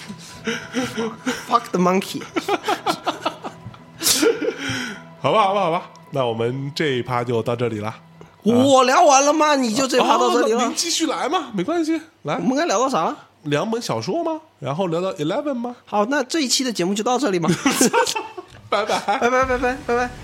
Fuck the monkey 。 好吧，好吧，好吧，那我们这一趴就到这里了。 我聊完了吗？你就这一趴到这里了？ 您继续来嘛，没关系。来， 我们该聊到啥了？ 两本小说吗？然后聊到 eleven 吗？ 好，那这一期的节目就到这里吗？ 拜拜， 拜拜，拜拜，拜拜。